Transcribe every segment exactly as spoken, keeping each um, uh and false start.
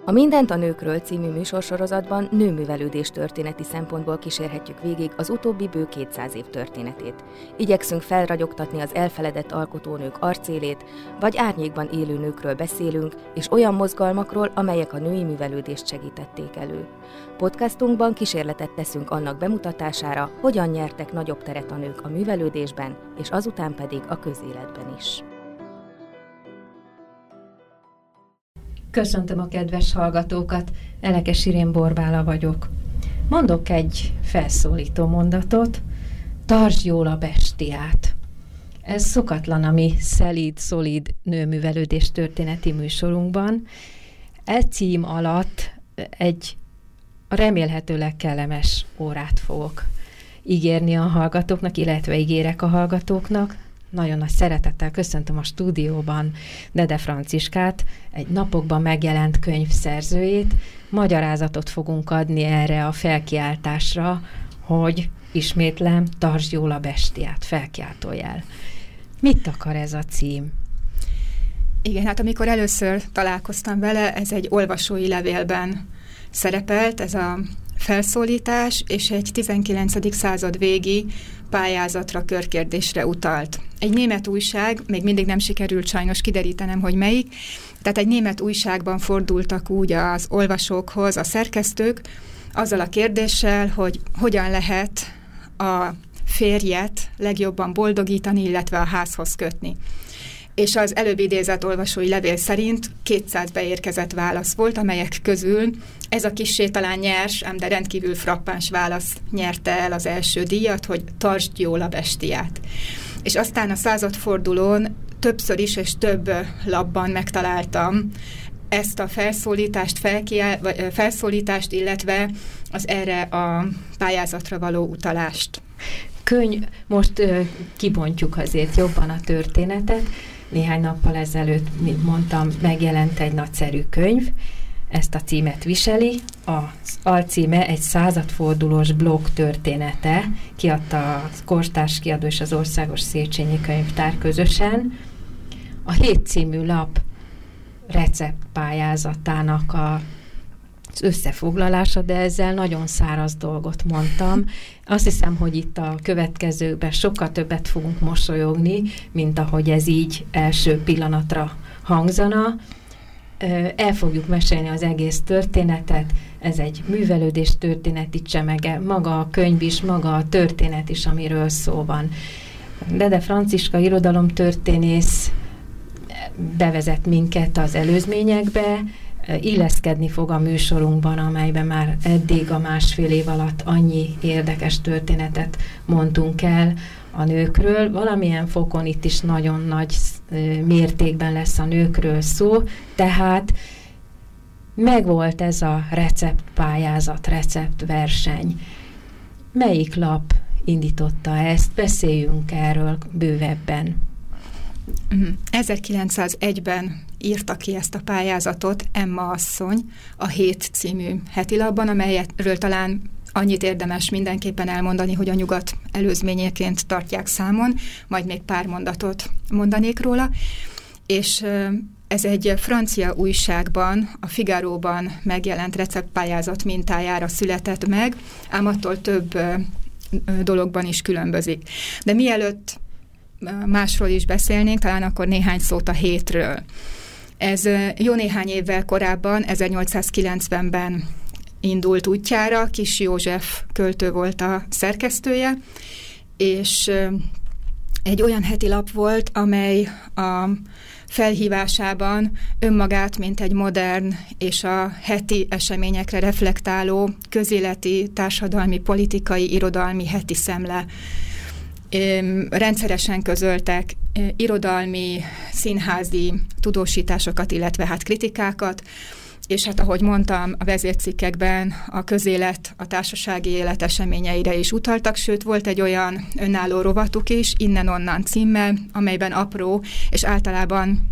A Mindent a nőkről című műsorsorozatban nőművelődés történeti szempontból kísérhetjük végig az utóbbi bő kétszáz év történetét. Igyekszünk felragyogtatni az elfeledett alkotónők arcélét, vagy árnyékban élő nőkről beszélünk, és olyan mozgalmakról, amelyek a női művelődést segítették elő. Podcastunkban kísérletet teszünk annak bemutatására, hogyan nyertek nagyobb teret a nők a művelődésben, és azután pedig a közéletben is. Köszöntöm a kedves hallgatókat, Elekes Irén Borbála vagyok. Mondok egy felszólító mondatot, tartsd jól a bestiát. Ez szokatlan a mi szelíd, szolíd nőművelődés történeti műsorunkban. E cím alatt egy remélhetőleg kellemes órát fogok ígérni a hallgatóknak, illetve ígérek a hallgatóknak. Nagyon nagy szeretettel köszöntöm a stúdióban Dede Franciskát, egy napokban megjelent könyv szerzőjét. Magyarázatot fogunk adni erre a felkiáltásra, hogy ismétlem, tartsd jól a bestiát, felkiáltójel. Mit akar ez a cím? Igen, hát amikor először találkoztam vele, ez egy olvasói levélben szerepelt, ez a felszólítás, és egy tizenkilencedik század végi pályázatra, körkérdésre utalt. Egy német újság, még mindig nem sikerült sajnos kiderítenem, hogy melyik, tehát egy német újságban fordultak úgy az olvasókhoz, a szerkesztők, azzal a kérdéssel, hogy hogyan lehet a férjet legjobban boldogítani, illetve a házhoz kötni. És az előbb idézett olvasói levél szerint kétszáz beérkezett válasz volt, amelyek közül ez a kissé talán nyers, ám de rendkívül frappáns válasz nyerte el az első díjat, hogy tartsd jól a bestiát. És aztán a századfordulón többször is és több lapban megtaláltam ezt a felszólítást, felkiáll, felszólítást, illetve az erre a pályázatra való utalást. Könyv, most uh, kibontjuk azért jobban a történetet. Néhány nappal ezelőtt, mint mondtam, megjelent egy nagyszerű könyv, ezt a címet viseli. Az alcíme egy századfordulós blogg története, kiadta a Kortárs Kiadó és az Országos Széchenyi Könyvtár közösen. A hét című lap receptpályázatának a az összefoglalása, de ezzel nagyon száraz dolgot mondtam. Azt hiszem, hogy itt a következőkben sokkal többet fogunk mosolyogni, mint ahogy ez így első pillanatra hangzana. El fogjuk mesélni az egész történetet, ez egy művelődés történeti csemege, maga a könyv is, maga a történet is, amiről szó van. Dede Franciska irodalomtörténész bevezet minket az előzményekbe, illeszkedni fog a műsorunkban, amelyben már eddig a másfél év alatt annyi érdekes történetet mondtunk el a nőkről. Valamilyen fokon itt is nagyon nagy mértékben lesz a nőkről szó, tehát megvolt ez a receptpályázat, receptverseny. Melyik lap indította ezt? Beszéljünk erről bővebben. ezerkilencszázegyben írta ki ezt a pályázatot Emma asszony a Hét című hetilapban, amelyről talán annyit érdemes mindenképpen elmondani, hogy a Nyugat előzményeként tartják számon, majd még pár mondatot mondanék róla. És ez egy francia újságban, a Figaróban megjelent receptpályázat mintájára született meg, ám attól több dologban is különbözik. De mielőtt másról is beszélnénk, talán akkor néhány szót a Hétről. Ez jó néhány évvel korábban, ezernyolcszázkilencvenben indult útjára, Kis József költő volt a szerkesztője, és egy olyan heti lap volt, amely a felhívásában önmagát, mint egy modern és a heti eseményekre reflektáló közéleti, társadalmi, politikai, irodalmi heti szemle rendszeresen közöltek irodalmi, színházi tudósításokat, illetve hát kritikákat, és hát ahogy mondtam, a vezércikkekben a közélet, a társasági élet eseményeire is utaltak, sőt volt egy olyan önálló rovatuk is, Innen-onnan címmel, amelyben apró és általában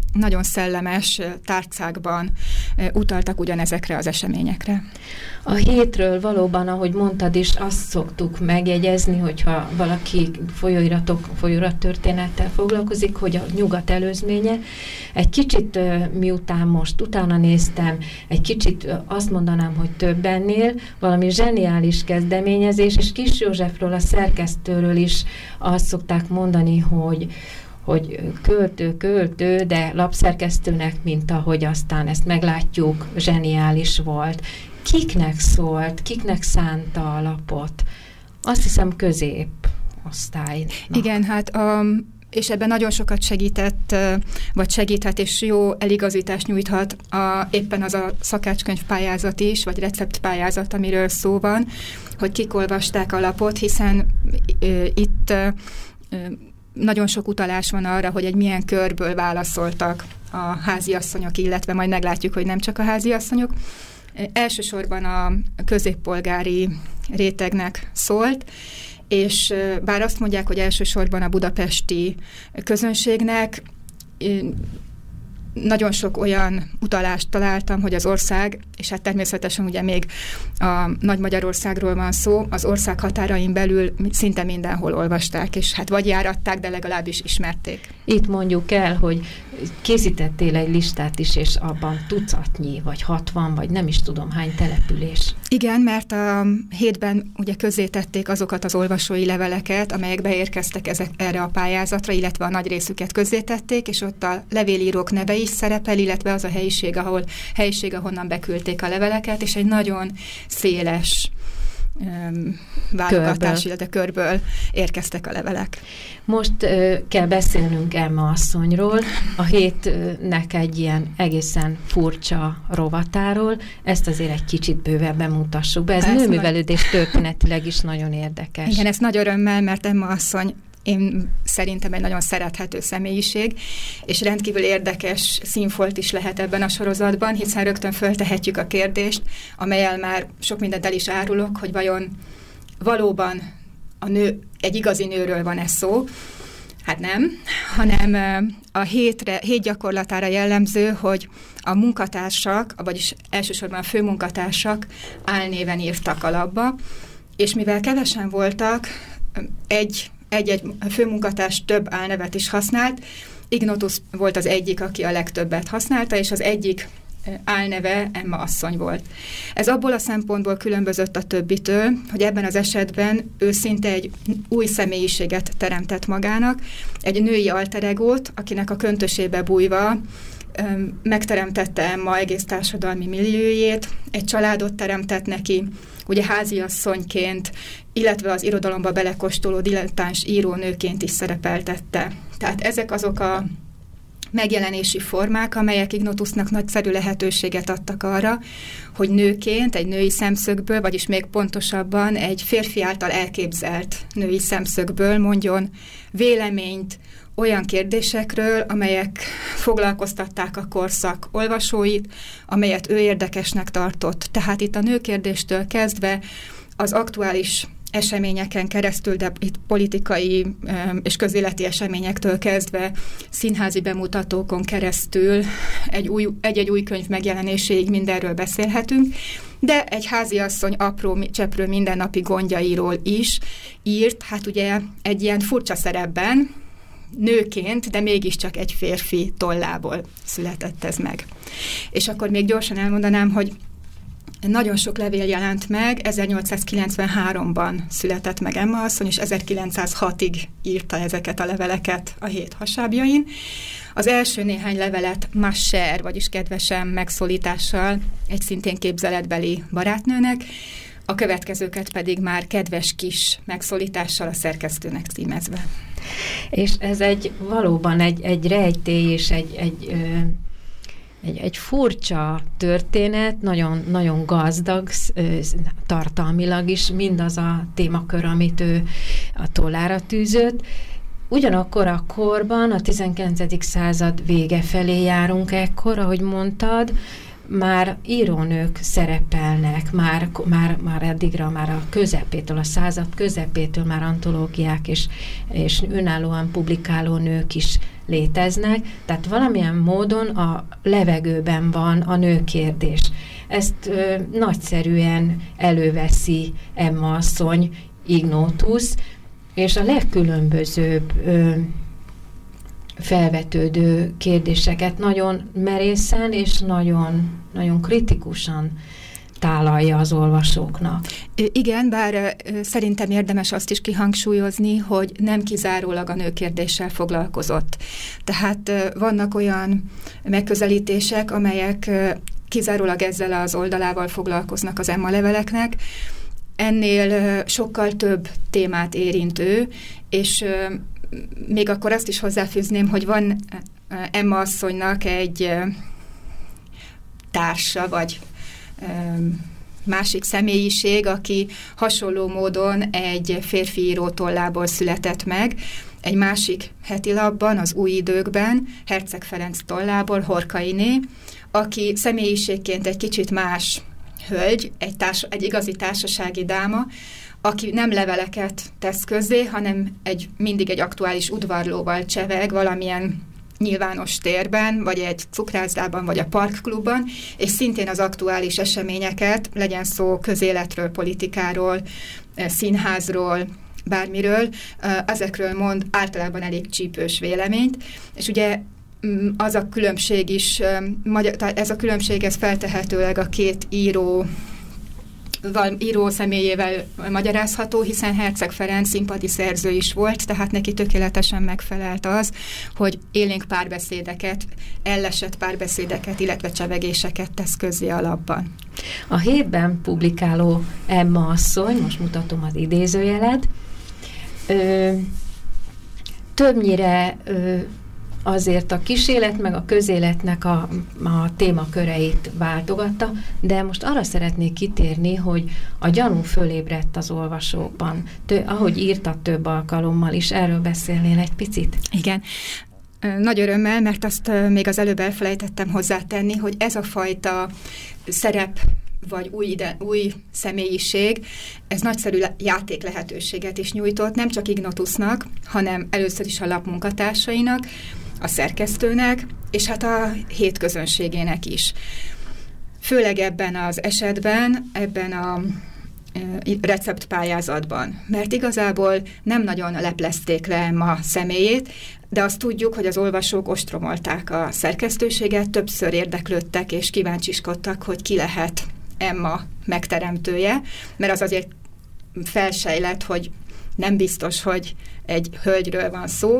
nagyon szellemes tárcákban utaltak ugyanezekre az eseményekre. A hétről valóban, ahogy mondtad is, azt szoktuk megjegyezni, hogyha valaki folyóiratok, folyóirattörténettel foglalkozik, hogy a nyugat előzménye. Egy kicsit, miután most utána néztem, egy kicsit azt mondanám, hogy több ennél, valami zseniális kezdeményezés, és Kis Józsefről, a szerkesztőről is azt szokták mondani, hogy hogy költő, költő, de lapszerkesztőnek, mint ahogy aztán ezt meglátjuk, zseniális volt. Kiknek szólt, kiknek szánta a lapot? Azt hiszem középosztálynak. Igen, hát a, és ebben nagyon sokat segített, vagy segíthet, és jó eligazítást nyújthat a, éppen az a szakácskönyvpályázat is, vagy receptpályázat, amiről szó van, hogy kik olvasták a lapot, hiszen ö, itt ö, nagyon sok utalás van arra, hogy egy milyen körből válaszoltak a háziasszonyok, illetve majd meglátjuk, hogy nem csak a háziasszonyok. Elsősorban a középpolgári rétegnek szólt, és bár azt mondják, hogy elsősorban a budapesti közönségnek, nagyon sok olyan utalást találtam, hogy az ország, és hát természetesen ugye még a Nagy Magyarországról van szó, az ország határain belül szinte mindenhol olvasták, és hát vagy járatták, de legalábbis ismerték. Itt mondjuk el, hogy készítettél egy listát is, és abban tucatnyi, vagy hatvan, vagy nem is tudom hány település. Igen, mert a hétben ugye közzétették azokat az olvasói leveleket, amelyek beérkeztek ezek, erre a pályázatra, illetve a nagy részüket közzétették, és ott a levélírók neve is szerepel, illetve az a helyiség, ahol helyiség, ahonnan beküldték a leveleket, és egy nagyon széles um, válogatás, illetve körből érkeztek a levelek. Most uh, kell beszélnünk Emma asszonyról, a hétnek egy ilyen egészen furcsa rovatáról, ezt azért egy kicsit bővebben mutassuk be. Ez ezt nőművelődés nagy... történetileg is nagyon érdekes. Igen, ez nagy örömmel, mert Emma asszony én szerintem egy nagyon szerethető személyiség, és rendkívül érdekes színfolt is lehet ebben a sorozatban, hiszen rögtön föltehetjük a kérdést, amelyel már sok mindent el is árulok, hogy vajon valóban a nő, egy igazi nőről van-e szó. Hát nem, hanem a hétre, hét gyakorlatára jellemző, hogy a munkatársak, vagyis elsősorban a főmunkatársak álnéven írtak a labba, és mivel kevesen voltak, egy egy-egy főmunkatárs több álnevet is használt. Ignotus volt az egyik, aki a legtöbbet használta, és az egyik álneve Emma asszony volt. Ez abból a szempontból különbözött a többitől, hogy ebben az esetben ő szinte egy új személyiséget teremtett magának, egy női alter egót, akinek a köntösébe bújva megteremtette Emma egész társadalmi milliójét, egy családot teremtett neki, ugye háziasszonyként, illetve az irodalomba belekóstoló dilettáns írónőként is szerepeltette. Tehát ezek azok a megjelenési formák, amelyek Ignotusnak nagyszerű lehetőséget adtak arra, hogy nőként, egy női szemszögből, vagyis még pontosabban egy férfi által elképzelt női szemszögből mondjon véleményt olyan kérdésekről, amelyek foglalkoztatták a korszak olvasóit, amelyet ő érdekesnek tartott. Tehát itt a nőkérdéstől kezdve az aktuális eseményeken keresztül, de itt politikai és közéleti eseményektől kezdve színházi bemutatókon keresztül egy új, egy-egy új könyv megjelenéséig mindenről beszélhetünk, de egy háziasszony apró cseprő mindennapi gondjairól is írt, hát ugye egy ilyen furcsa szerepben, nőként, de mégiscsak egy férfi tollából született ez meg. És akkor még gyorsan elmondanám, hogy nagyon sok levél jelent meg, ezernyolcszázkilencvenháromban született meg Emma asszony, és ezerkilencszázhatig írta ezeket a leveleket a hét hasábjain. Az első néhány levelet Masser, vagyis kedvesem megszólítással egy szintén képzeletbeli barátnőnek, a következőket pedig már kedves kis megszólítással a szerkesztőnek címezve. És ez egy valóban egy, egy rejtély és egy, egy, ö, egy, egy furcsa történet, nagyon, nagyon gazdag ö, tartalmilag is, mindaz a témakör, amit ő a tollára tűzött. Ugyanakkor a korban, a tizenkilencedik század vége felé járunk ekkor, ahogy mondtad, már írónők szerepelnek, már, már, már eddigra, már a közepétől, a század közepétől már antológiák és, és önállóan publikáló nők is léteznek, tehát valamilyen módon a levegőben van a nőkérdés. Ezt ö, nagyszerűen előveszi Emma asszony, Ignotus, és a legkülönbözőbb ö, felvetődő kérdéseket nagyon merészen és nagyon, nagyon kritikusan tálalja az olvasóknak. Igen, bár szerintem érdemes azt is kihangsúlyozni, hogy nem kizárólag a nőkérdéssel foglalkozott. Tehát vannak olyan megközelítések, amelyek kizárólag ezzel az oldalával foglalkoznak az Emma leveleknek. Ennél sokkal több témát érint ő, és még akkor azt is hozzáfűzném, hogy van Emma asszonynak egy társa, vagy másik személyiség, aki hasonló módon egy férfi író tollából született meg, egy másik heti lapban, az Új Időkben, Herceg Ferenc tollából, Horkainé, aki személyiségként egy kicsit más hölgy, egy, társ, egy igazi társasági dáma, aki nem leveleket tesz közzé, hanem egy, mindig egy aktuális udvarlóval cseveg valamilyen nyilvános térben, vagy egy cukrászdában, vagy a parkklubban, és szintén az aktuális eseményeket, legyen szó közéletről, politikáról, színházról, bármiről, ezekről mond általában elég csípős véleményt, és ugye az a különbség is, ez a különbség ez feltehetőleg a két író író személyével magyarázható, hiszen Herceg Ferenc szimpatiszerző is volt, tehát neki tökéletesen megfelelt az, hogy élénk párbeszédeket, ellesett párbeszédeket, illetve csevegéseket tesz közzé a lapban. A hétben publikáló Emma asszony, most mutatom az idézőjelet, ö, többnyire ö, azért a kísélet meg a közéletnek a, a témaköreit váltogatta, de most arra szeretnék kitérni, hogy a gyanú fölébredt az olvasókban. Tö, ahogy írta több alkalommal is, erről beszélnél egy picit? Igen. Nagy örömmel, mert azt még az előbb elfelejtettem hozzátenni, hogy ez a fajta szerep vagy új, ide, új személyiség, ez nagyszerű játék lehetőséget is nyújtott, nem csak Ignotusnak, hanem először is a lap munkatársainak, a szerkesztőnek, és hát a hét közönségének is. Főleg ebben az esetben, ebben a receptpályázatban, mert igazából nem nagyon leplezték le Emma személyét, de azt tudjuk, hogy az olvasók ostromolták a szerkesztőséget, többször érdeklődtek és kíváncsiskodtak, hogy ki lehet Emma megteremtője, mert az azért felsejlett, hogy nem biztos, hogy egy hölgyről van szó.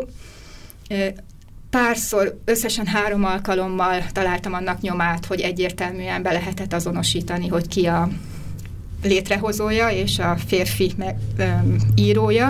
Párszor, összesen három alkalommal találtam annak nyomát, hogy egyértelműen be lehetett azonosítani, hogy ki a létrehozója és a férfi meg, öm, írója.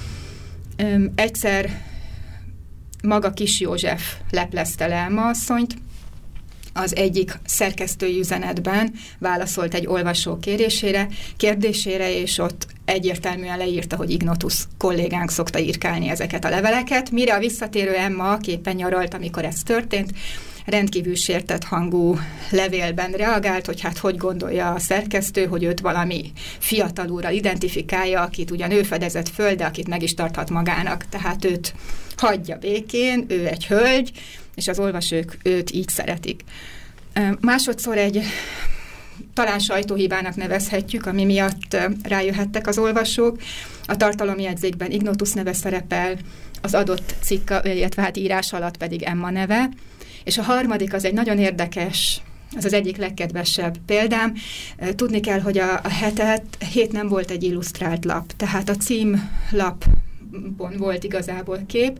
Öm, egyszer maga Kis József leplezte le Emma asszonyt, az egyik szerkesztői üzenetben válaszolt egy olvasó kérésére, kérdésére, és ott egyértelműen leírta, hogy Ignotus kollégánk szokta írkálni ezeket a leveleket, mire a visszatérő Emma képen nyaralt, amikor ez történt, rendkívül sértett hangú levélben reagált, hogy hát hogy gondolja a szerkesztő, hogy őt valami fiatalúrral identifikálja, akit ugyan ő fedezett föl, de akit meg is tarthat magának, tehát őt hagyja békén, ő egy hölgy, és az olvasók őt így szeretik. Másodszor egy talán sajtóhibának nevezhetjük, ami miatt rájöhettek az olvasók. A tartalomjegyzékben Ignotus neve szerepel, az adott cikk, illetve hát írás alatt pedig Emma neve. És a harmadik az egy nagyon érdekes, az az egyik legkedvesebb példám. Tudni kell, hogy a, a hetet, a hét nem volt egy illusztrált lap, tehát a címlapon volt igazából kép.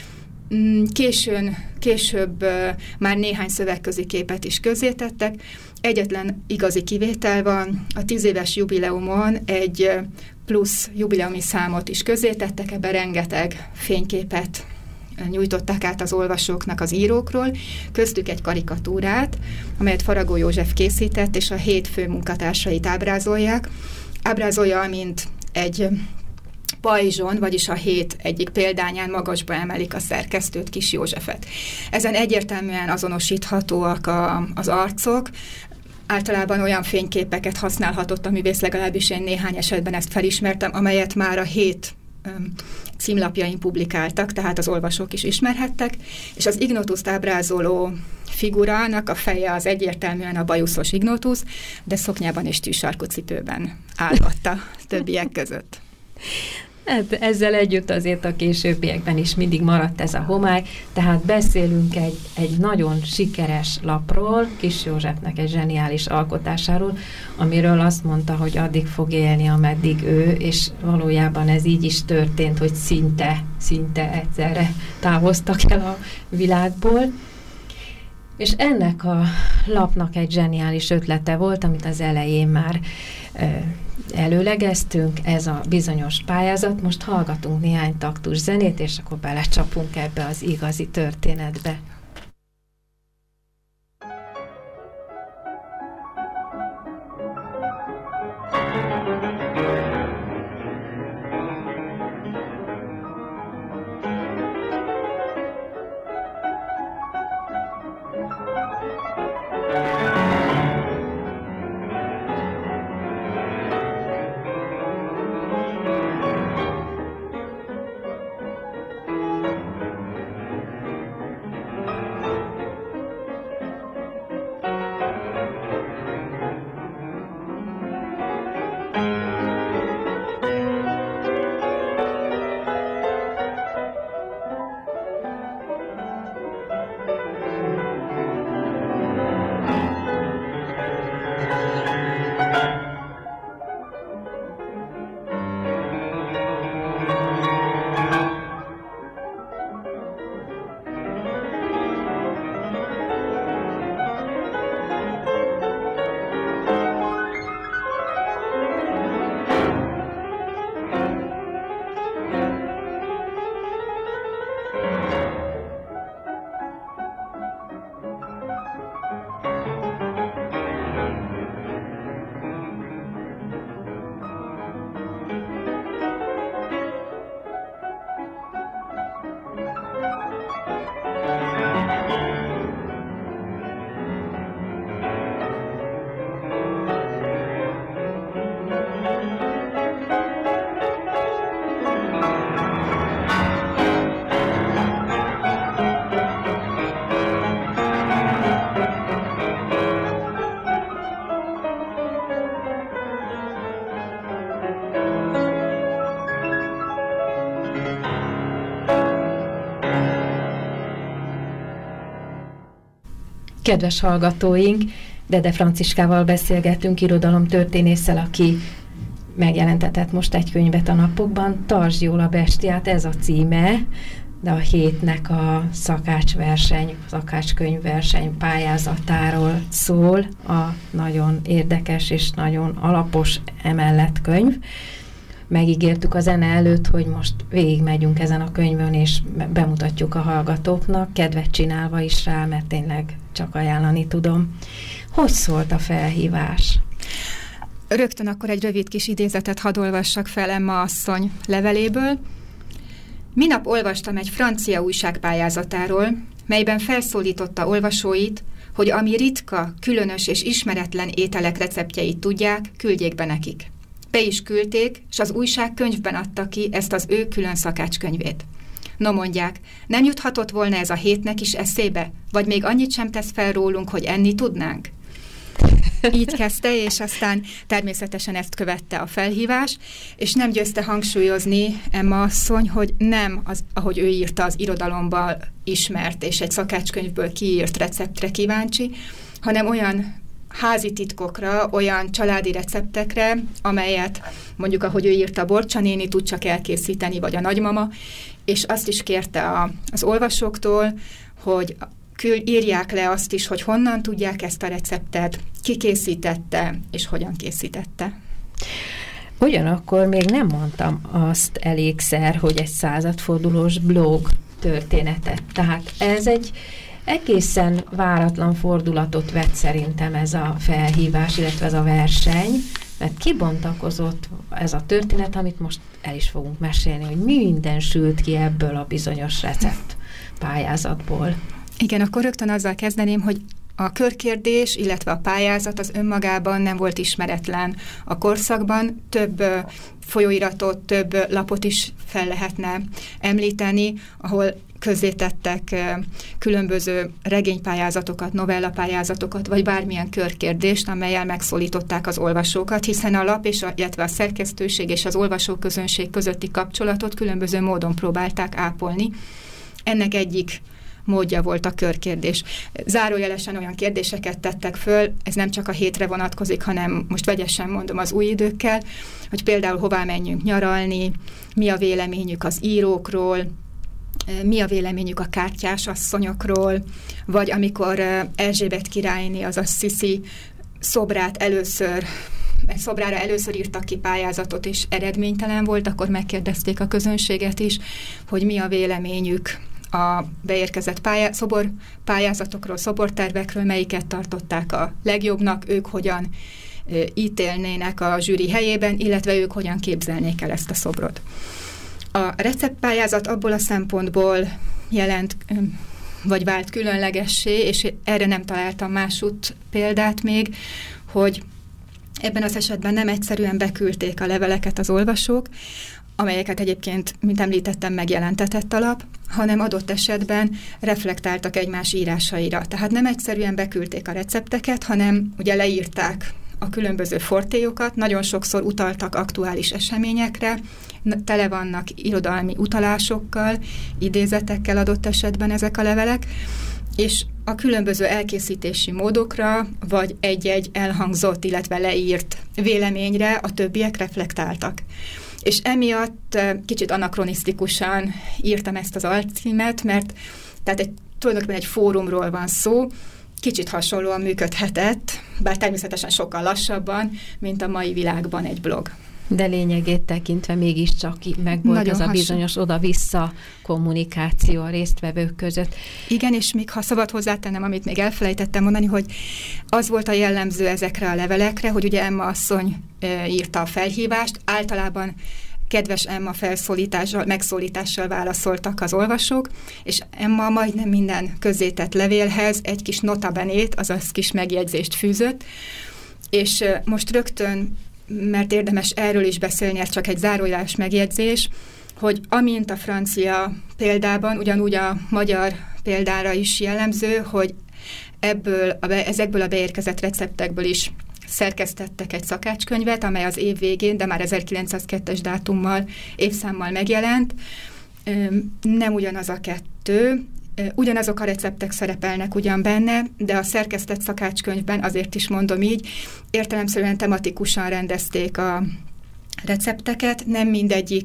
Későn, később már néhány szövegközi képet is közzétettek. Egyetlen igazi kivétel van, a tíz éves jubileumon egy plusz jubileumi számot is közzétettek, ebben rengeteg fényképet nyújtották át az olvasóknak az írókról, köztük egy karikatúrát, amelyet Faragó József készített, és a hét fő munkatársait ábrázolják. Ábrázolja, mint egy pajzson, vagyis a hét egyik példányán magasba emelik a szerkesztőt, Kis Józsefet. Ezen egyértelműen azonosíthatóak a, az arcok, általában olyan fényképeket használhatott a művész, legalábbis én néhány esetben ezt felismertem, amelyet már a hét címlapjain publikáltak, tehát az olvasók is ismerhettek, és az Ignotuszt ábrázoló figurának a feje az egyértelműen a bajuszos Ignotus, de szoknyában és tűsarkú cipőben állott a többiek között. Hát ezzel együtt azért a későbbiekben is mindig maradt ez a homály, tehát beszélünk egy, egy nagyon sikeres lapról, Kiss Józsefnek egy zseniális alkotásáról, amiről azt mondta, hogy addig fog élni, ameddig ő, és valójában ez így is történt, hogy szinte, szinte egyszerre távoztak el a világból. És ennek a lapnak egy zseniális ötlete volt, amit az elején már e, előlegeztünk, ez a bizonyos pályázat. Most hallgatunk néhány taktus zenét, és akkor belecsapunk ebbe az igazi történetbe. Kedves hallgatóink, Dede Franciskával beszélgettünk, irodalomtörténésszel, aki megjelentetett most egy könyvet a napokban, Tartsd jól a bestiát, ez a címe, de a hétnek a szakácsverseny, szakácskönyvverseny pályázatáról szól, a nagyon érdekes és nagyon alapos emellett könyv. Megígértük a zene előtt, hogy most végigmegyünk ezen a könyvön, és bemutatjuk a hallgatóknak, kedvet csinálva is rá, mert tényleg csak ajánlani tudom. Hogy szólt a felhívás? Rögtön akkor egy rövid kis idézetet hadd olvassak fel Emma asszony leveléből. Minap olvastam egy francia újság pályázatáról, melyben felszólította olvasóit, hogy ami ritka, különös és ismeretlen ételek receptjeit tudják, küldjék be nekik. Be is küldték, s az újság könyvben adta ki ezt az ő külön szakácskönyvét. No mondják, nem juthatott volna ez a hétnek is eszébe? Vagy még annyit sem tesz fel rólunk, hogy enni tudnánk? Így kezdte, és aztán természetesen ezt követte a felhívás, és nem győzte hangsúlyozni Emma asszony, hogy nem, az, ahogy ő írta, az irodalomban ismert és egy szakácskönyvből kiírt receptre kíváncsi, hanem olyan házi titkokra, olyan családi receptekre, amelyet mondjuk, ahogy ő írta, Borcsa néni tud csak elkészíteni, vagy a nagymama, és azt is kérte a, az olvasóktól, hogy kül, írják le azt is, hogy honnan tudják ezt a receptet, ki készítette, és hogyan készítette. Ugyanakkor még nem mondtam azt elégszer, hogy egy századfordulós blog történetet. Tehát ez egy egészen váratlan fordulatot vett szerintem ez a felhívás, illetve ez a verseny, mert kibontakozott ez a történet, amit most el is fogunk mesélni, hogy mi minden sült ki ebből a bizonyos recept pályázatból. Igen, akkor rögtön azzal kezdeném, hogy A körkérdés, illetve a pályázat az önmagában nem volt ismeretlen a korszakban. Több folyóiratot, több lapot is fel lehetne említeni, ahol közzétettek különböző regénypályázatokat, novellapályázatokat, vagy bármilyen körkérdést, amellyel megszólították az olvasókat, hiszen a lap, és a, illetve a szerkesztőség és az olvasóközönség közötti kapcsolatot különböző módon próbálták ápolni. Ennek egyik módja volt a körkérdés. Zárójelesen olyan kérdéseket tettek föl, ez nem csak a hétre vonatkozik, hanem most vegyesen mondom az új időkkel, hogy például hová menjünk nyaralni, mi a véleményük az írókról, mi a véleményük a kártyás asszonyokról, vagy amikor Erzsébet királyné, azaz Sziszi szobrát először, szobrára először írtak ki pályázatot, és eredménytelen volt, akkor megkérdezték a közönséget is, hogy mi a véleményük a beérkezett pályá, szobor pályázatokról, szobortervekről, melyiket tartották a legjobbnak, ők hogyan e, ítélnének a zsűri helyében, illetve ők hogyan képzelnék el ezt a szobrot. A receptpályázat abból a szempontból jelent, vagy vált különlegessé, és erre nem találtam másút példát még, hogy ebben az esetben nem egyszerűen beküldték a leveleket az olvasók, amelyeket egyébként, mint említettem, megjelentetett a lap, hanem adott esetben reflektáltak egymás írásaira. Tehát nem egyszerűen beküldték a recepteket, hanem ugye leírták a különböző fortéjokat, nagyon sokszor utaltak aktuális eseményekre, tele vannak irodalmi utalásokkal, idézetekkel adott esetben ezek a levelek, és a különböző elkészítési módokra, vagy egy-egy elhangzott, illetve leírt véleményre a többiek reflektáltak. És emiatt kicsit anakronisztikusan írtam ezt az alcímet, mert tehát egy, tulajdonképpen egy fórumról van szó, kicsit hasonlóan működhetett, bár természetesen sokkal lassabban, mint a mai világban egy blog. De lényegét tekintve mégiscsak megvolt Nagyon az a hasonló. bizonyos oda-vissza kommunikáció a résztvevők között. Igen, és még ha szabad hozzátennem, amit még elfelejtettem mondani, hogy az volt a jellemző ezekre a levelekre, hogy ugye Emma asszony e, írta a felhívást, általában kedves Emma felszólítással, megszólítással válaszoltak az olvasók, és Emma majdnem minden közzétett levélhez egy kis notabenét, azaz kis megjegyzést fűzött, és e, most rögtön, mert érdemes erről is beszélni, ez csak egy zárójeles megjegyzés, hogy amint a francia példában, ugyanúgy a magyar példára is jellemző, hogy ebből a be, ezekből a beérkezett receptekből is szerkesztettek egy szakácskönyvet, amely az év végén, de már ezerkilencszázkettes dátummal, évszámmal megjelent. Nem ugyanaz a kettő, ugyanazok a receptek szerepelnek ugyan benne, de a szerkesztett szakácskönyvben, azért is mondom így, értelemszerűen tematikusan rendezték a recepteket, nem mindegyik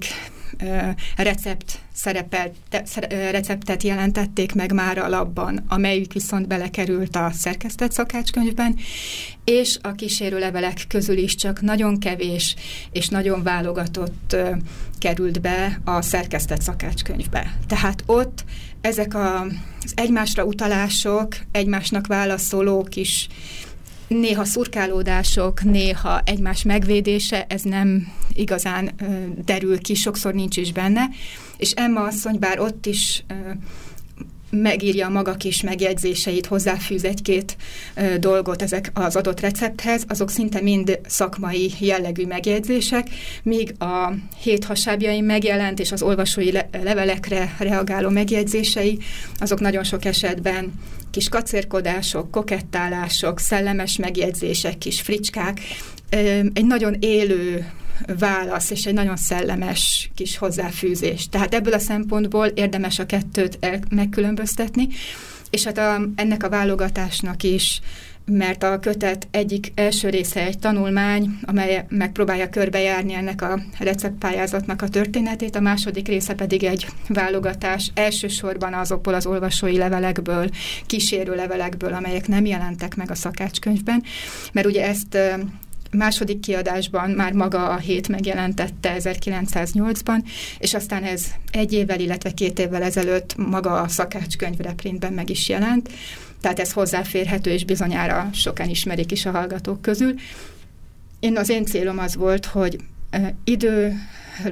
recept szerepelt, receptet jelentették meg már a labban, amelyik viszont belekerült a szerkesztett szakácskönyvben, és a kísérő levelek közül is csak nagyon kevés és nagyon válogatott került be a szerkesztett szakácskönyvbe. Tehát ott ezek a, az egymásra utalások, egymásnak válaszoló kis néha szurkálódások, néha egymás megvédése, ez nem igazán ö, derül ki, sokszor nincs is benne, és Emma asszony bár ott is ö, megírja a maga kis megjegyzéseit, hozzáfűz egy-két ö, dolgot ezek az adott recepthez, azok szinte mind szakmai jellegű megjegyzések, míg a hét hasábjain megjelent, és az olvasói le- levelekre reagáló megjegyzései, azok nagyon sok esetben kis kacérkodások, kokettálások, szellemes megjegyzések, kis fricskák, ö, egy nagyon élő válasz és egy nagyon szellemes kis hozzáfűzés. Tehát ebből a szempontból érdemes a kettőt el- megkülönböztetni, és hát a, ennek a válogatásnak is, mert a kötet egyik első része egy tanulmány, amely megpróbálja körbejárni ennek a receptpályázatnak a történetét, a második része pedig egy válogatás elsősorban azokból az olvasói levelekből, kísérő levelekből, amelyek nem jelentek meg a szakácskönyvben, mert ugye ezt második kiadásban már maga a hét megjelentette ezerkilencszáznyolcban, és aztán ez egy évvel, illetve két évvel ezelőtt maga a szakácskönyv reprintben meg is jelent, tehát ez hozzáférhető, és bizonyára sokan ismerik is a hallgatók közül. Én az én célom az volt, hogy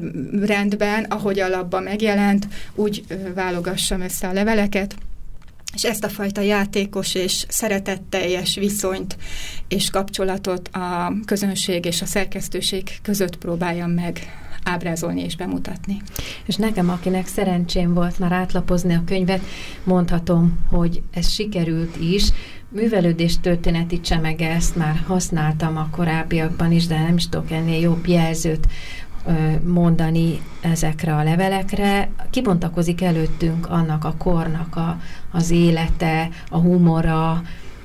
időrendben, ahogy a labban megjelent, úgy válogassam össze a leveleket, és ezt a fajta játékos és szeretetteljes viszonyt és kapcsolatot a közönség és a szerkesztőség között próbáljam meg ábrázolni és bemutatni. És nekem, akinek szerencsém volt már átlapozni a könyvet, mondhatom, hogy ez sikerült is. Művelődés történeti csemege, ezt már használtam a korábbiakban is, de nem is tudok ennél jobb jelzőt mondani ezekre a levelekre. Kibontakozik előttünk annak a kornak a, az élete, a humora.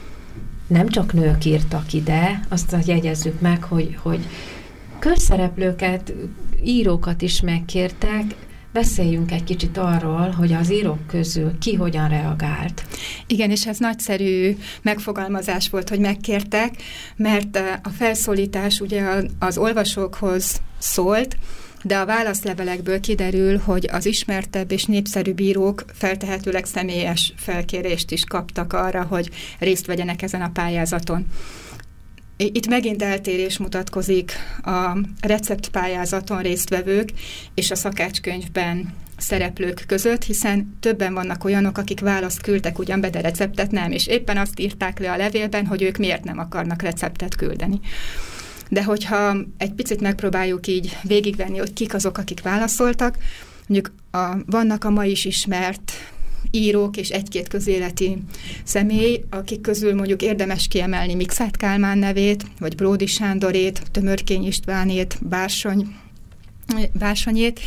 Nem csak nők írtak ide, azt jegyezzük meg, hogy, hogy közszereplőket, írókat is megkértek. Beszéljünk egy kicsit arról, hogy az írók közül ki hogyan reagált. Igen, és ez nagyszerű megfogalmazás volt, hogy megkértek, mert a felszólítás ugye az olvasókhoz szólt, de a válaszlevelekből kiderül, hogy az ismertebb és népszerűbb írók feltehetőleg személyes felkérést is kaptak arra, hogy részt vegyenek ezen a pályázaton. Itt megint eltérés mutatkozik a receptpályázaton résztvevők és a szakácskönyvben szereplők között, hiszen többen vannak olyanok, akik választ küldtek ugyan be, de receptet nem, és éppen azt írták le a levélben, hogy ők miért nem akarnak receptet küldeni. De hogyha egy picit megpróbáljuk így végigvenni, hogy kik azok, akik válaszoltak, mondjuk a, vannak a ma is ismert írók és egy-két közéleti személy, akik közül mondjuk érdemes kiemelni Mikszáth Kálmán nevét, vagy Bródy Sándorét, Tömörkény Istvánét, Bársony, Bársonyét,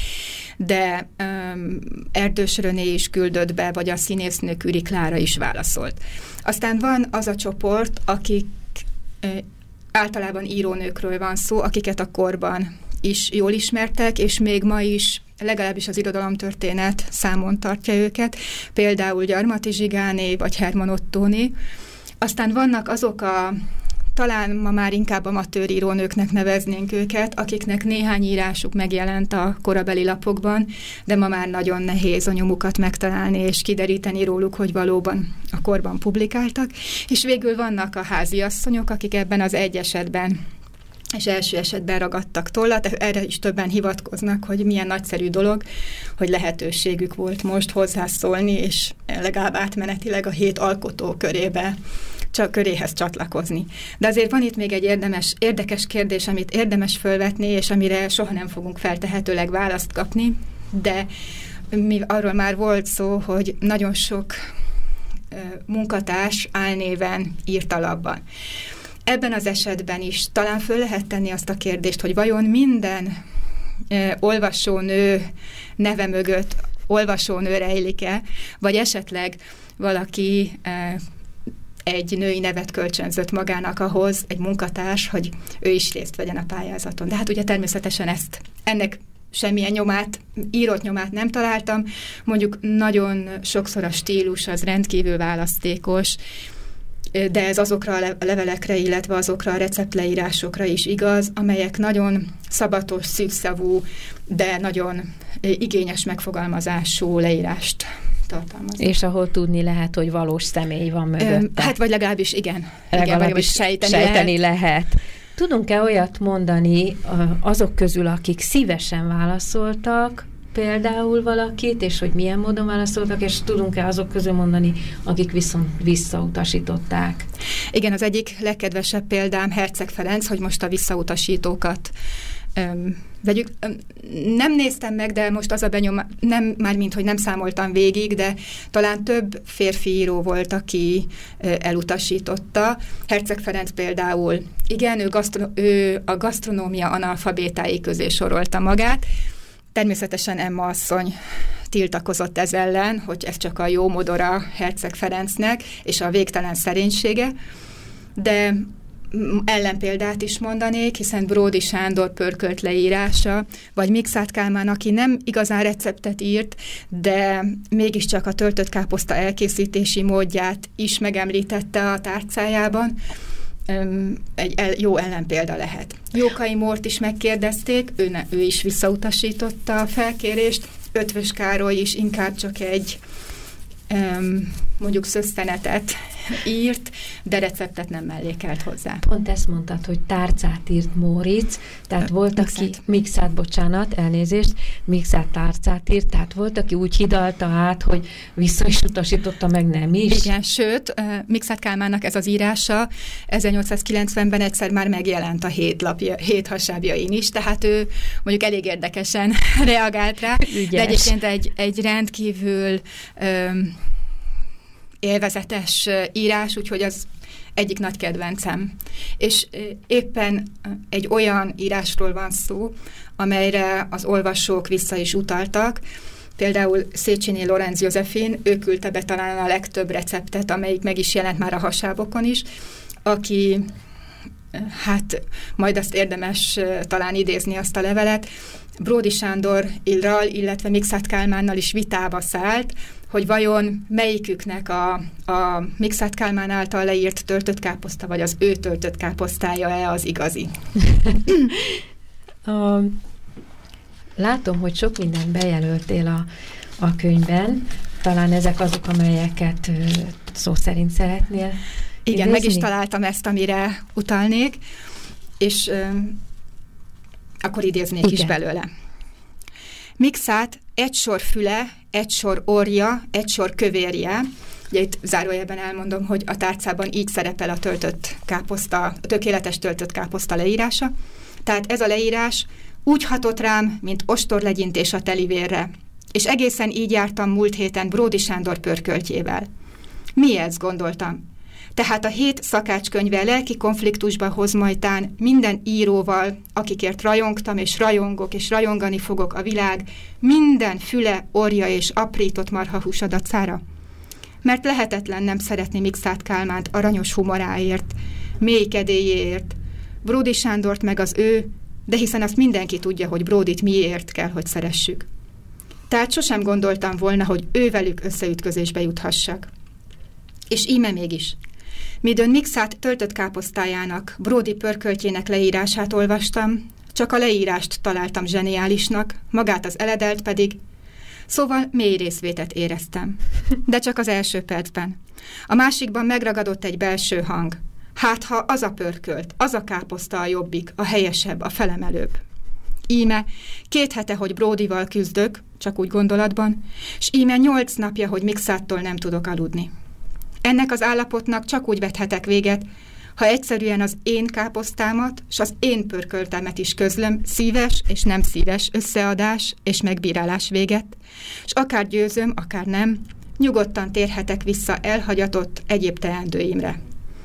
de um, Erdős René is küldött be, vagy a színésznő Küri Klára is válaszolt. Aztán van az a csoport, akik uh, általában írónőkről van szó, akiket a korban is jól ismertek, és még ma is legalábbis az irodalomtörténet számon tartja őket, például Gyarmati Zsigáné vagy Herman Ottóné. Aztán vannak azok a, talán ma már inkább amatőr írónőknek neveznénk őket, akiknek néhány írásuk megjelent a korabeli lapokban, de ma már nagyon nehéz a nyomukat megtalálni és kideríteni róluk, hogy valóban a korban publikáltak. És végül vannak a háziasszonyok, akik ebben az egy esetben és első esetben ragadtak tollat, erre is többen hivatkoznak, hogy milyen nagyszerű dolog, hogy lehetőségük volt most hozzászólni, és legalább átmenetileg a hét alkotó körébe, csak köréhez csatlakozni. De azért van itt még egy érdemes, érdekes kérdés, amit érdemes fölvetni, és amire soha nem fogunk feltehetőleg választ kapni, de mi, arról már volt szó, hogy nagyon sok uh, munkatárs álnéven írt alapban. Ebben az esetben is talán föl lehet tenni azt a kérdést, hogy vajon minden e, olvasónő neve mögött olvasónő rejlik-e, vagy esetleg valaki e, egy női nevet kölcsönzött magának ahhoz, egy munkatárs, hogy ő is részt vegyen a pályázaton. De hát ugye természetesen ezt, ennek semmilyen nyomát, írott nyomát nem találtam. Mondjuk nagyon sokszor a stílus az rendkívül választékos, de ez azokra a levelekre, illetve azokra a receptleírásokra is igaz, amelyek nagyon szabatos, szűkszavú, de nagyon igényes megfogalmazású leírást tartalmaznak. És ahol tudni lehet, hogy valós személy van mögötte. Hát vagy legalábbis igen. Legalábbis igen, sejteni, sejteni lehet. lehet. Tudunk-e olyat mondani azok közül, akik szívesen válaszoltak, például valakit, és hogy milyen módon válaszoltak, és tudunk-e azok közül mondani, akik viszont visszautasították? Igen, az egyik legkedvesebb példám Herceg Ferenc, hogy most a visszautasítókat öm, vegyük. Öm, nem néztem meg, de most az a benyomás, nem, mármint, hogy nem számoltam végig, de talán több férfi író volt, aki ö, elutasította. Herceg Ferenc például, igen, ő, gasztro- ő a gasztronómia analfabétái közé sorolta magát. Természetesen Emma asszony tiltakozott ez ellen, hogy ez csak a jó modora Herceg Ferencnek, és a végtelen szerénysége, de ellenpéldát is mondanék, hiszen Bródy Sándor pörkölt leírása, vagy Mikszáth Kálmán, aki nem igazán receptet írt, de mégiscsak a töltött káposzta elkészítési módját is megemlítette a tárcájában, egy el, jó ellenpélda lehet. Jókai Mórt is megkérdezték, ő, ne, ő is visszautasította a felkérést, Ötvös Károly is inkább csak egy um, mondjuk szösszenetet írt, de receptet nem mellékelt hozzá. Pont ezt mondtad, hogy tárcát írt Móricz, tehát volt, mixát. aki, mixát, bocsánat, elnézést, mixát tárcát írt, tehát volt, aki úgy hidalta át, hogy vissza is utasította, meg nem is. Igen, sőt, Mikszáth Kálmánnak ez az írása ezernyolcszázkilencvenben egyszer már megjelent a hét, lapja, hét hasábjain is, tehát ő mondjuk elég érdekesen reagált rá, Ügyes. de egyébként egy, egy rendkívül öm, élvezetes írás, úgyhogy az egyik nagy kedvencem. És éppen egy olyan írásról van szó, amelyre az olvasók vissza is utaltak. Például Széchenyi Lorenz Józsefin, ő küldte be talán a legtöbb receptet, amelyik meg is jelent már a hasábokon is, aki, hát majd azt érdemes talán idézni azt a levelet, Bródy Sándor Illral, illetve Mikszáth Kálmánnal is vitába szállt, hogy vajon melyiküknek a, a Mikszáth Kálmán által leírt töltött káposzta, vagy az ő töltött káposztája-e az igazi. a, látom, hogy sok mindent bejelöltél a, a könyvben, talán ezek azok, amelyeket ö, szó szerint szeretnél Igen, idézni? meg is találtam ezt, amire utalnék, és ö, akkor idéznék Igen. is belőle. Mikszáth egy sor füle, egy sor orja, egy sor kövérje. Ugye itt zárójelben elmondom, hogy a tárcában így szerepel a töltött káposzta, a tökéletes töltött káposzta leírása. Tehát ez a leírás úgy hatott rám, mint ostorlegyintés a telivérre. És egészen így jártam múlt héten Bródy Sándor pörköltjével. Mi ez, gondoltam? Tehát a hét szakácskönyve lelki konfliktusba hoz majtán minden íróval, akikért rajongtam és rajongok és rajongani fogok a világ, minden füle, orja és aprított marhahús dacára. Mert lehetetlen nem szeretni Mikszáth Kálmánt aranyos humoráért, mély kedélyéért, Bródy Sándort meg az ő, de hiszen azt mindenki tudja, hogy Bródyt miért kell, hogy szeressük. Tehát sosem gondoltam volna, hogy ővelük összeütközésbe juthassak. És íme mégis. Midőn Mikszáth töltött káposztájának, Bródy pörköltjének leírását olvastam, csak a leírást találtam zseniálisnak, magát az eledelt pedig, szóval mély részvétet éreztem. De csak az első percben. A másikban megragadott egy belső hang. Hát ha az a pörkölt, az a káposzta a jobbik, a helyesebb, a felemelőbb. Íme két hete, hogy Bródyval küzdök, csak úgy gondolatban, s íme nyolc napja, hogy Mikszáthttól nem tudok aludni. Ennek az állapotnak csak úgy vethetek véget, ha egyszerűen az én káposztámat, s az én pörköltemet is közlöm szíves és nem szíves összeadás és megbírálás véget, s akár győzöm, akár nem, nyugodtan térhetek vissza elhagyatott egyéb teendőimre.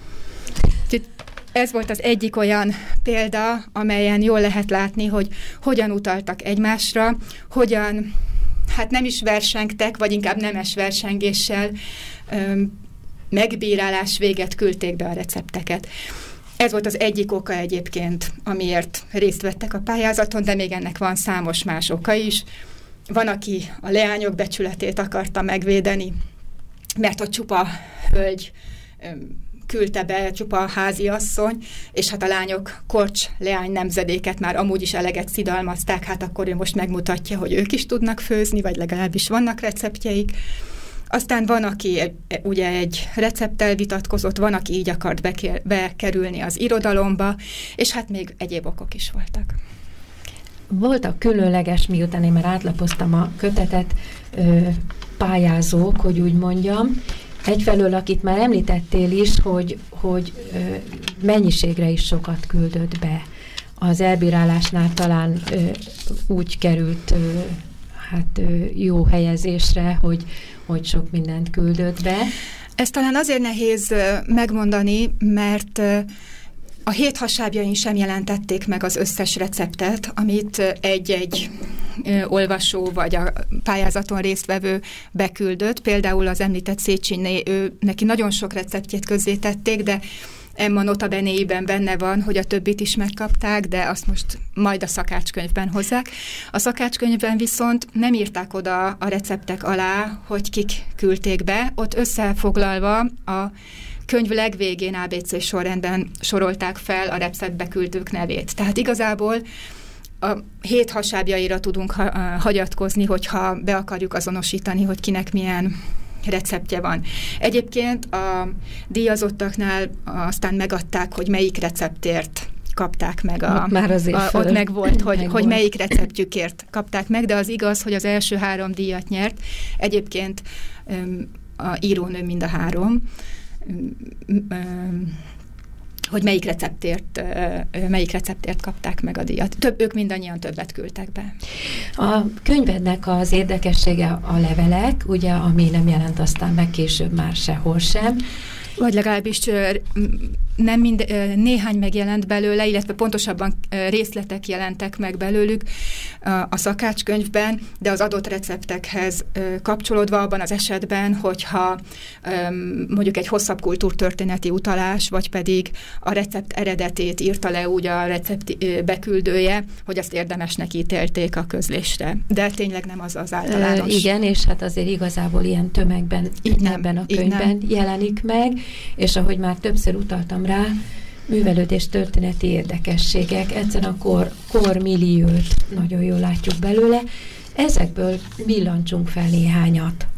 Ez volt az egyik olyan példa, amelyen jól lehet látni, hogy hogyan utaltak egymásra, hogyan, hát nem is versengtek, vagy inkább nemes versengéssel, öm, megbírálás véget küldték be a recepteket. Ez volt az egyik oka egyébként, amiért részt vettek a pályázaton, de még ennek van számos más oka is. Van, aki a leányok becsületét akarta megvédeni, mert a csupa hölgy öm, küldte be, csupa háziasszony, és hát a lányok korcs leány nemzedéket már amúgy is eleget szidalmazták, hát akkor ő most megmutatja, hogy ők is tudnak főzni, vagy legalábbis vannak receptjeik. Aztán van, aki ugye egy recepttel vitatkozott, van, aki így akart beker- bekerülni az irodalomba, és hát még egyéb okok is voltak. Voltak különleges, miután én már átlapoztam a kötetet, ö, pályázók, hogy úgy mondjam. Egyfelől, akit már említettél is, hogy, hogy ö, mennyiségre is sokat küldött be. Az elbírálásnál talán ö, úgy került ö, hát ö, jó helyezésre, hogy, hogy sok mindent küldött be. Ez talán azért nehéz megmondani, mert a hét hasábjain sem jelentették meg az összes receptet, amit egy-egy olvasó vagy a pályázaton résztvevő beküldött. Például az említett Széchenyi, ő, neki nagyon sok receptjét közzétették, de Emma notabenéiben benne van, hogy a többit is megkapták, de azt most majd a szakácskönyvben hozzák. A szakácskönyvben viszont nem írták oda a receptek alá, hogy kik küldték be, ott összefoglalva a könyv legvégén á bé cé sorrendben sorolták fel a receptbeküldők nevét. Tehát igazából a hét hasábjaira tudunk ha- hagyatkozni, hogyha be akarjuk azonosítani, hogy kinek milyen receptje van. Egyébként a díjazottaknál aztán megadták, hogy melyik receptért kapták meg. A, ott már azért a, ott meg volt, hogy, meg hogy volt. melyik receptjükért kapták meg, de az igaz, hogy az első három díjat nyert. Egyébként a írónő mind a három, hogy melyik receptért, melyik receptért kapták meg a díjat. Több, ők mindannyian többet küldtek be. A könyvednek az érdekessége a levelek, ugye, ami nem jelent aztán meg később már sehol sem. Vagy legalábbis nem mind, néhány megjelent belőle, illetve pontosabban részletek jelentek meg belőlük a szakácskönyvben, de az adott receptekhez kapcsolódva abban az esetben, hogyha mondjuk egy hosszabb kultúrtörténeti utalás, vagy pedig a recept eredetét írta le úgy a recept beküldője, hogy azt érdemesnek ítélték a közlésre. De tényleg nem az az általános. Ö, igen, és hát azért igazából ilyen tömegben így nem, ebben a könyvben jelenik meg, és ahogy már többször utaltam rá, művelődés történeti érdekességek, egyszerűen a kor, kormilliót nagyon jól látjuk belőle. Ezekből villancsunk fel néhányat.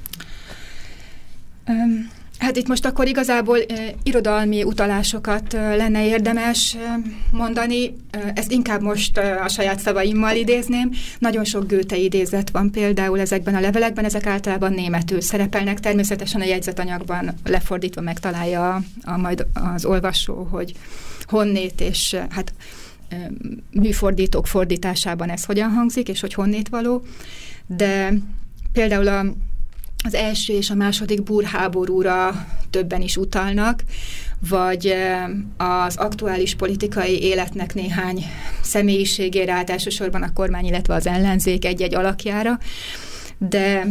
Um. Hát itt most akkor igazából eh, irodalmi utalásokat eh, lenne érdemes eh, mondani. Eh, ezt inkább most eh, a saját szavaimmal idézném. Nagyon sok Goethe idézet van például ezekben a levelekben, ezek általában németül szerepelnek. Természetesen a jegyzetanyagban lefordítva megtalálja a, a, majd az olvasó, hogy honnét és eh, hát eh, műfordítók fordításában ez hogyan hangzik, és hogy honnét való. De például a az első és a második búrháborúra többen is utalnak, vagy az aktuális politikai életnek néhány személyiségére, hát elsősorban a kormány, illetve az ellenzék egy-egy alakjára, de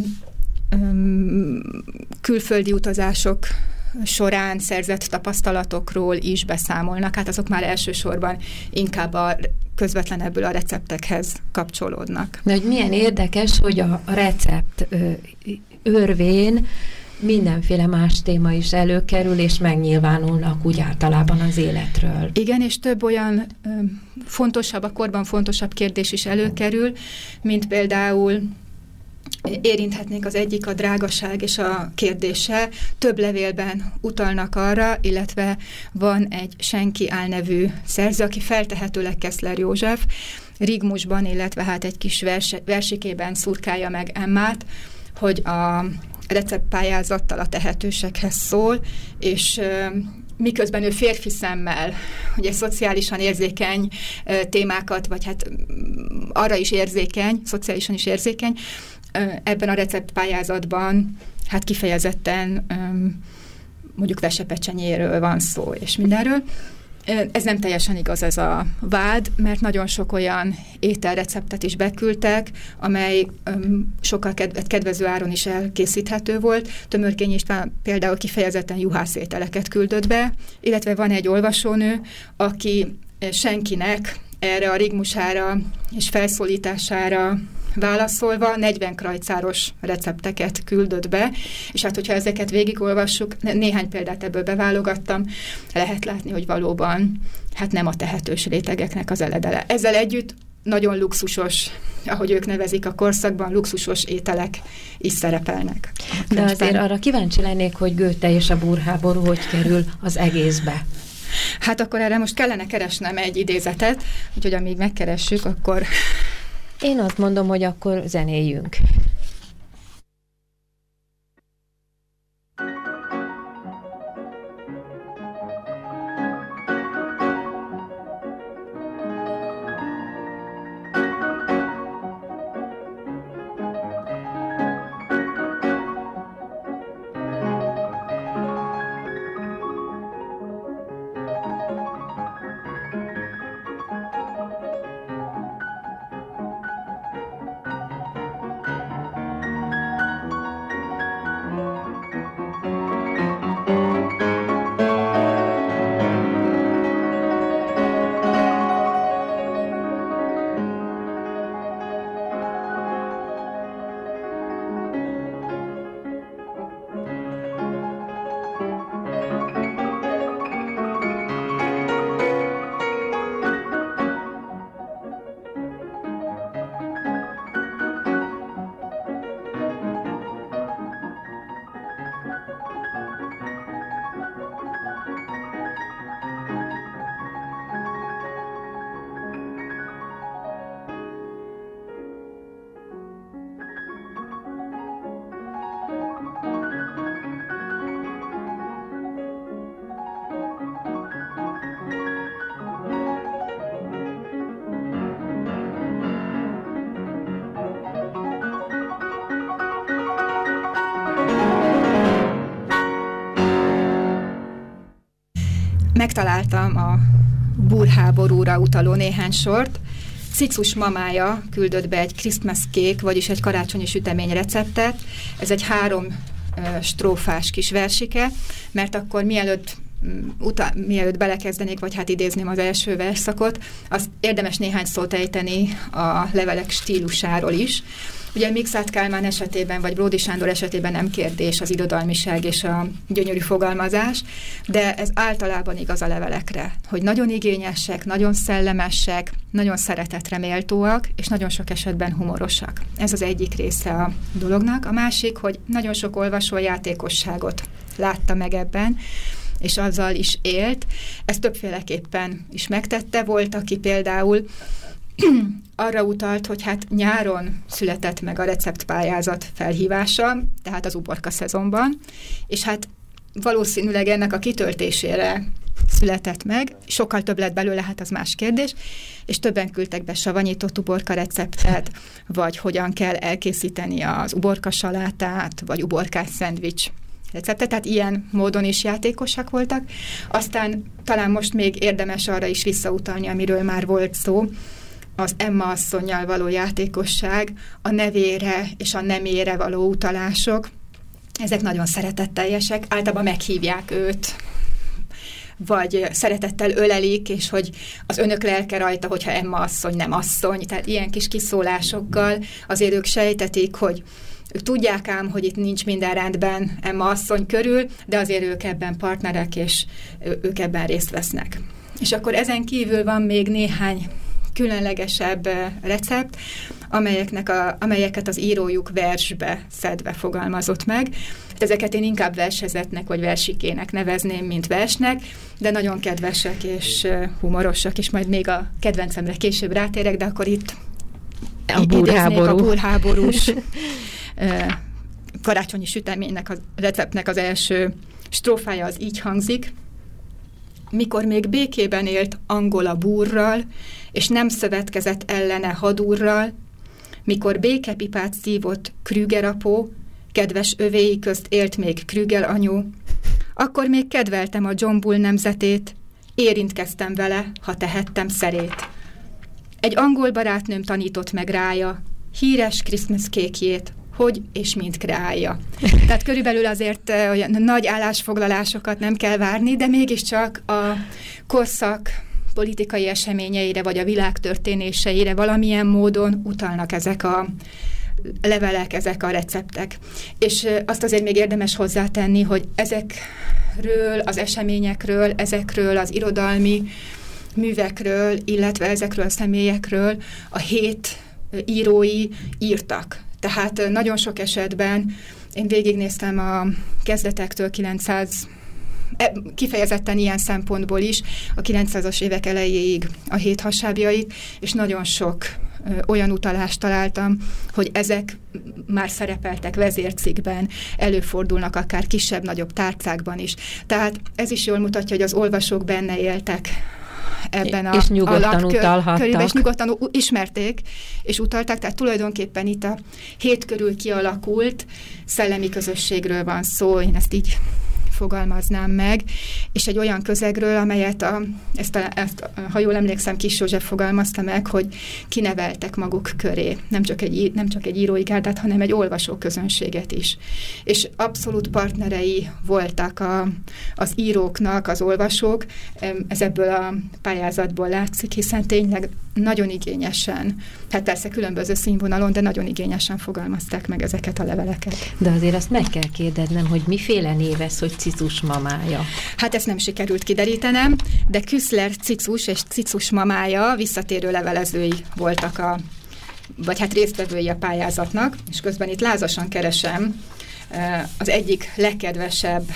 um, külföldi utazások során szerzett tapasztalatokról is beszámolnak, hát azok már elsősorban inkább a közvetlenebből a receptekhez kapcsolódnak. De hogy milyen érdekes, hogy a recept ö, örvén mindenféle más téma is előkerül, és megnyilvánulnak úgy általában az életről. Igen, és több olyan ö, fontosabb, a korban fontosabb kérdés is előkerül, mint például érinthetnénk az egyik a drágaság és a kérdése. Több levélben utalnak arra, illetve van egy Senki álnevű szerző, aki feltehetőleg Keszler József, rigmusban, illetve hát egy kis verse, versikében szurkálja meg Emmát, hogy a receptpályázattal a tehetősekhez szól, és miközben ő férfi szemmel, ugye szociálisan érzékeny témákat, vagy hát arra is érzékeny, szociálisan is érzékeny, ebben a receptpályázatban hát kifejezetten mondjuk vesepecsenyéről van szó, és mindenről. Ez nem teljesen igaz ez a vád, mert nagyon sok olyan ételreceptet is beküldtek, amely um, sokkal kedve, kedvező áron is elkészíthető volt. Tömörkény István például kifejezetten juhászételeket küldött be, illetve van egy olvasónő, aki senkinek erre a rigmusára és felszólítására válaszolva negyven krajcáros recepteket küldött be, és hát, hogyha ezeket végigolvassuk, néhány példát ebből beválogattam, lehet látni, hogy valóban hát nem a tehetős rétegeknek az eledele. Ezzel együtt nagyon luxusos, ahogy ők nevezik a korszakban, luxusos ételek is szerepelnek. De azért arra kíváncsi lennék, hogy Goethe és a búrháború hogy kerül az egészbe. Hát akkor erre most kellene keresnem egy idézetet, úgyhogy amíg megkeressük, akkor... Én azt mondom, hogy akkor zenéljünk. megtaláltam a búrháborúra utaló néhány sort. Cicus mamája küldött be egy Christmas cake, vagyis egy karácsonyi sütemény receptet. Ez egy három uh, strófás kis versike, mert akkor mielőtt Uta, mielőtt belekezdenék, vagy hát idézném az első versszakot, az érdemes néhány szót ejteni a levelek stílusáról is. Ugye Mikszáth Kálmán esetében, vagy Bródy Sándor esetében nem kérdés az irodalmiság és a gyönyörű fogalmazás, de ez általában igaz a levelekre, hogy nagyon igényesek, nagyon szellemesek, nagyon szeretetre méltóak, és nagyon sok esetben humorosak. Ez az egyik része a dolognak. A másik, hogy nagyon sok olvasó játékosságot látta meg ebben, és azzal is élt. Ezt többféleképpen is megtette. Volt, aki például arra utalt, hogy hát nyáron született meg a receptpályázat felhívása, tehát az uborka szezonban, és hát valószínűleg ennek a kitöltésére született meg, sokkal több lett belőle, hát az más kérdés, és többen küldtek be savanyított uborka receptet, vagy hogyan kell elkészíteni az uborka salátát, vagy uborkás szendvics receptet, tehát ilyen módon is játékosak voltak. Aztán talán most még érdemes arra is visszautalni, amiről már volt szó, az Emma asszonnyal való játékosság, a nevére és a nemére való utalások, ezek nagyon szeretetteljesek, általában meghívják őt, vagy szeretettel ölelik, és hogy az önök lelke rajta, hogyha Emma asszony nem asszony, tehát ilyen kis kiszólásokkal azért ők sejtetik, hogy ők tudják ám, hogy itt nincs minden rendben Emma asszony körül, de azért ők ebben partnerek, és ők ebben részt vesznek. És akkor ezen kívül van még néhány különlegesebb recept, amelyeknek a, amelyeket az írójuk versbe szedve fogalmazott meg. Ezeket én inkább versezetnek vagy versikének nevezném, mint versnek, de nagyon kedvesek és humorosak, és majd még a kedvencemre később rátérek, de akkor itt a búrháború. a búrháborús karácsonyi süteménynek, a receptnek az első strófája az így hangzik: mikor még békében élt Angola búrral, és nem szövetkezett ellene hadúrral, mikor békepipát szívott Krüger apó, kedves övéi közt élt még Krüger anyu, akkor még kedveltem a John Bull nemzetét, érintkeztem vele, ha tehettem szerét. Egy angol barátnőm tanított meg rája, híres Christmas kékjét, hogy és mint kreálja. Tehát körülbelül azért olyan nagy állásfoglalásokat nem kell várni, de mégiscsak a korszak politikai eseményeire, vagy a világ történéseire valamilyen módon utalnak ezek a levelek, ezek a receptek. És azt azért még érdemes hozzátenni, hogy ezekről az eseményekről, ezekről az irodalmi művekről, illetve ezekről a személyekről a hét írói írtak. Tehát nagyon sok esetben én végignéztem a kezdetektől kilencszáz, kifejezetten ilyen szempontból is, a kilencszázas évek elejéig a hét hasábjaik, és nagyon sok ö, olyan utalást találtam, hogy ezek már szerepeltek vezércikkben, előfordulnak akár kisebb-nagyobb tárcákban is. Tehát ez is jól mutatja, hogy az olvasók benne éltek ebben a, és nyugodtan a utalhattak. Körülben, és nyugodtan ismerték, és utalták, tehát tulajdonképpen itt a hét körül kialakult szellemi közösségről van szó, én ezt így fogalmaznám meg, és egy olyan közegről, amelyet, a, ezt, a, ezt ha jól emlékszem, Kis József fogalmazta meg, hogy kineveltek maguk köré. Nem csak egy, nem csak egy írói gárdát, hanem egy olvasóközönséget is. És abszolút partnerei voltak a, az íróknak, az olvasók. Ez ebből a pályázatból látszik, hiszen tényleg nagyon igényesen, hát persze különböző színvonalon, de nagyon igényesen fogalmazták meg ezeket a leveleket. De azért azt meg kell kérdeznem, hogy miféle név ez, hogy Cicus mamája? Hát ezt nem sikerült kiderítenem, de Küszler Cicus és Cicus mamája visszatérő levelezői voltak a, vagy hát résztvevői a pályázatnak, és közben itt lázasan keresem az egyik legkedvesebb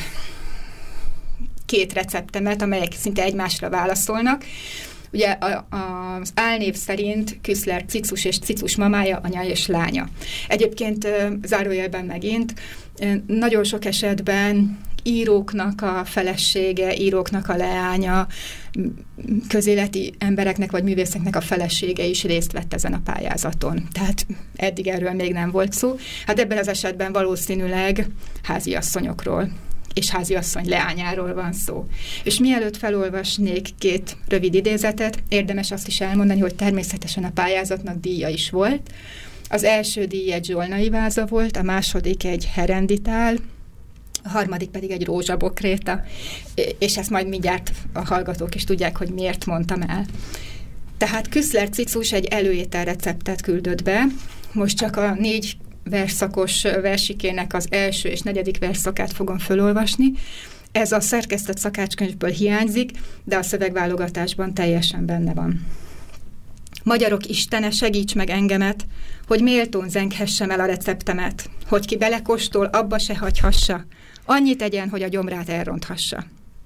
két receptemet, amelyek szinte egymásra válaszolnak. Ugye a, a, az álnév szerint Küszler Cicus és Cicus mamája, anya és lánya. Egyébként zárójelben megint nagyon sok esetben íróknak a felesége, íróknak a leánya, közéleti embereknek vagy művészeknek a felesége is részt vett ezen a pályázaton. Tehát eddig erről még nem volt szó. Hát ebben az esetben valószínűleg háziasszonyokról és háziasszony leányáról van szó. És mielőtt felolvasnék két rövid idézetet, érdemes azt is elmondani, hogy természetesen a pályázatnak díja is volt. Az első díj egy zsolnai váza volt, a második egy herenditál, a harmadik pedig egy rózsabokréta, és ezt majd mindjárt a hallgatók is tudják, hogy miért mondtam el. Tehát Küszler Cicus egy előétel receptet küldött be, most csak a négy versszakos versikének az első és negyedik versszakát fogom felolvasni. Ez a szerkesztett szakácskönyvből hiányzik, de a szövegválogatásban teljesen benne van. Magyarok istene, segíts meg engemet, hogy méltón zenghessem el a receptemet, hogy ki belekóstol, abba se hagyhassa, annyit tegyen, hogy a gyomrát elronthassa.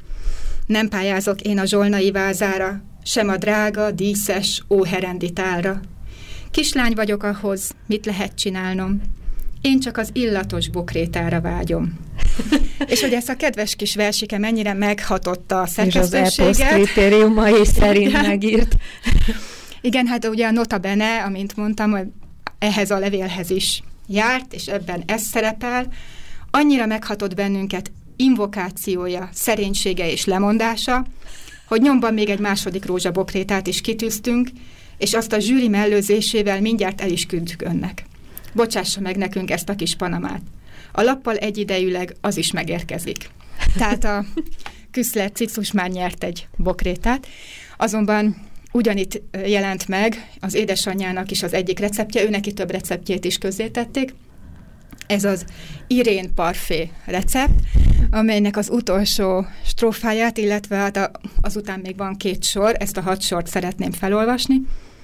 Nem pályázok én a zsolnai vázára, sem a drága, díszes, óherenditálra. Kislány vagyok ahhoz, mit lehet csinálnom. Én csak az illatos bokrétára vágyom. És hogy ezt a kedves kis versike mennyire meghatotta a szerkesztőséget. És az eposz kritériumai szerint igen. megírt. Igen, hát ugye a nota bene, amint mondtam, ehhez a levélhez is járt, és ebben ez szerepel. Annyira meghatott bennünket invokációja, szerénysége és lemondása, hogy nyomban még egy második rózsabokrétát is kitűztünk, és azt a zsűri mellőzésével mindjárt el is küldjük önnek. Bocsássa meg nekünk ezt a kis panamát. A lappal egyidejűleg az is megérkezik. Tehát a Küszler Cicus már nyert egy bokrétát, azonban ugyanitt jelent meg az édesanyjának is az egyik receptje, ő neki több receptjét is közzétették. Ez az Irén parfé recept, amelynek az utolsó strófáját, illetve hát a, azután még van két sor, ezt a hat sort szeretném felolvasni.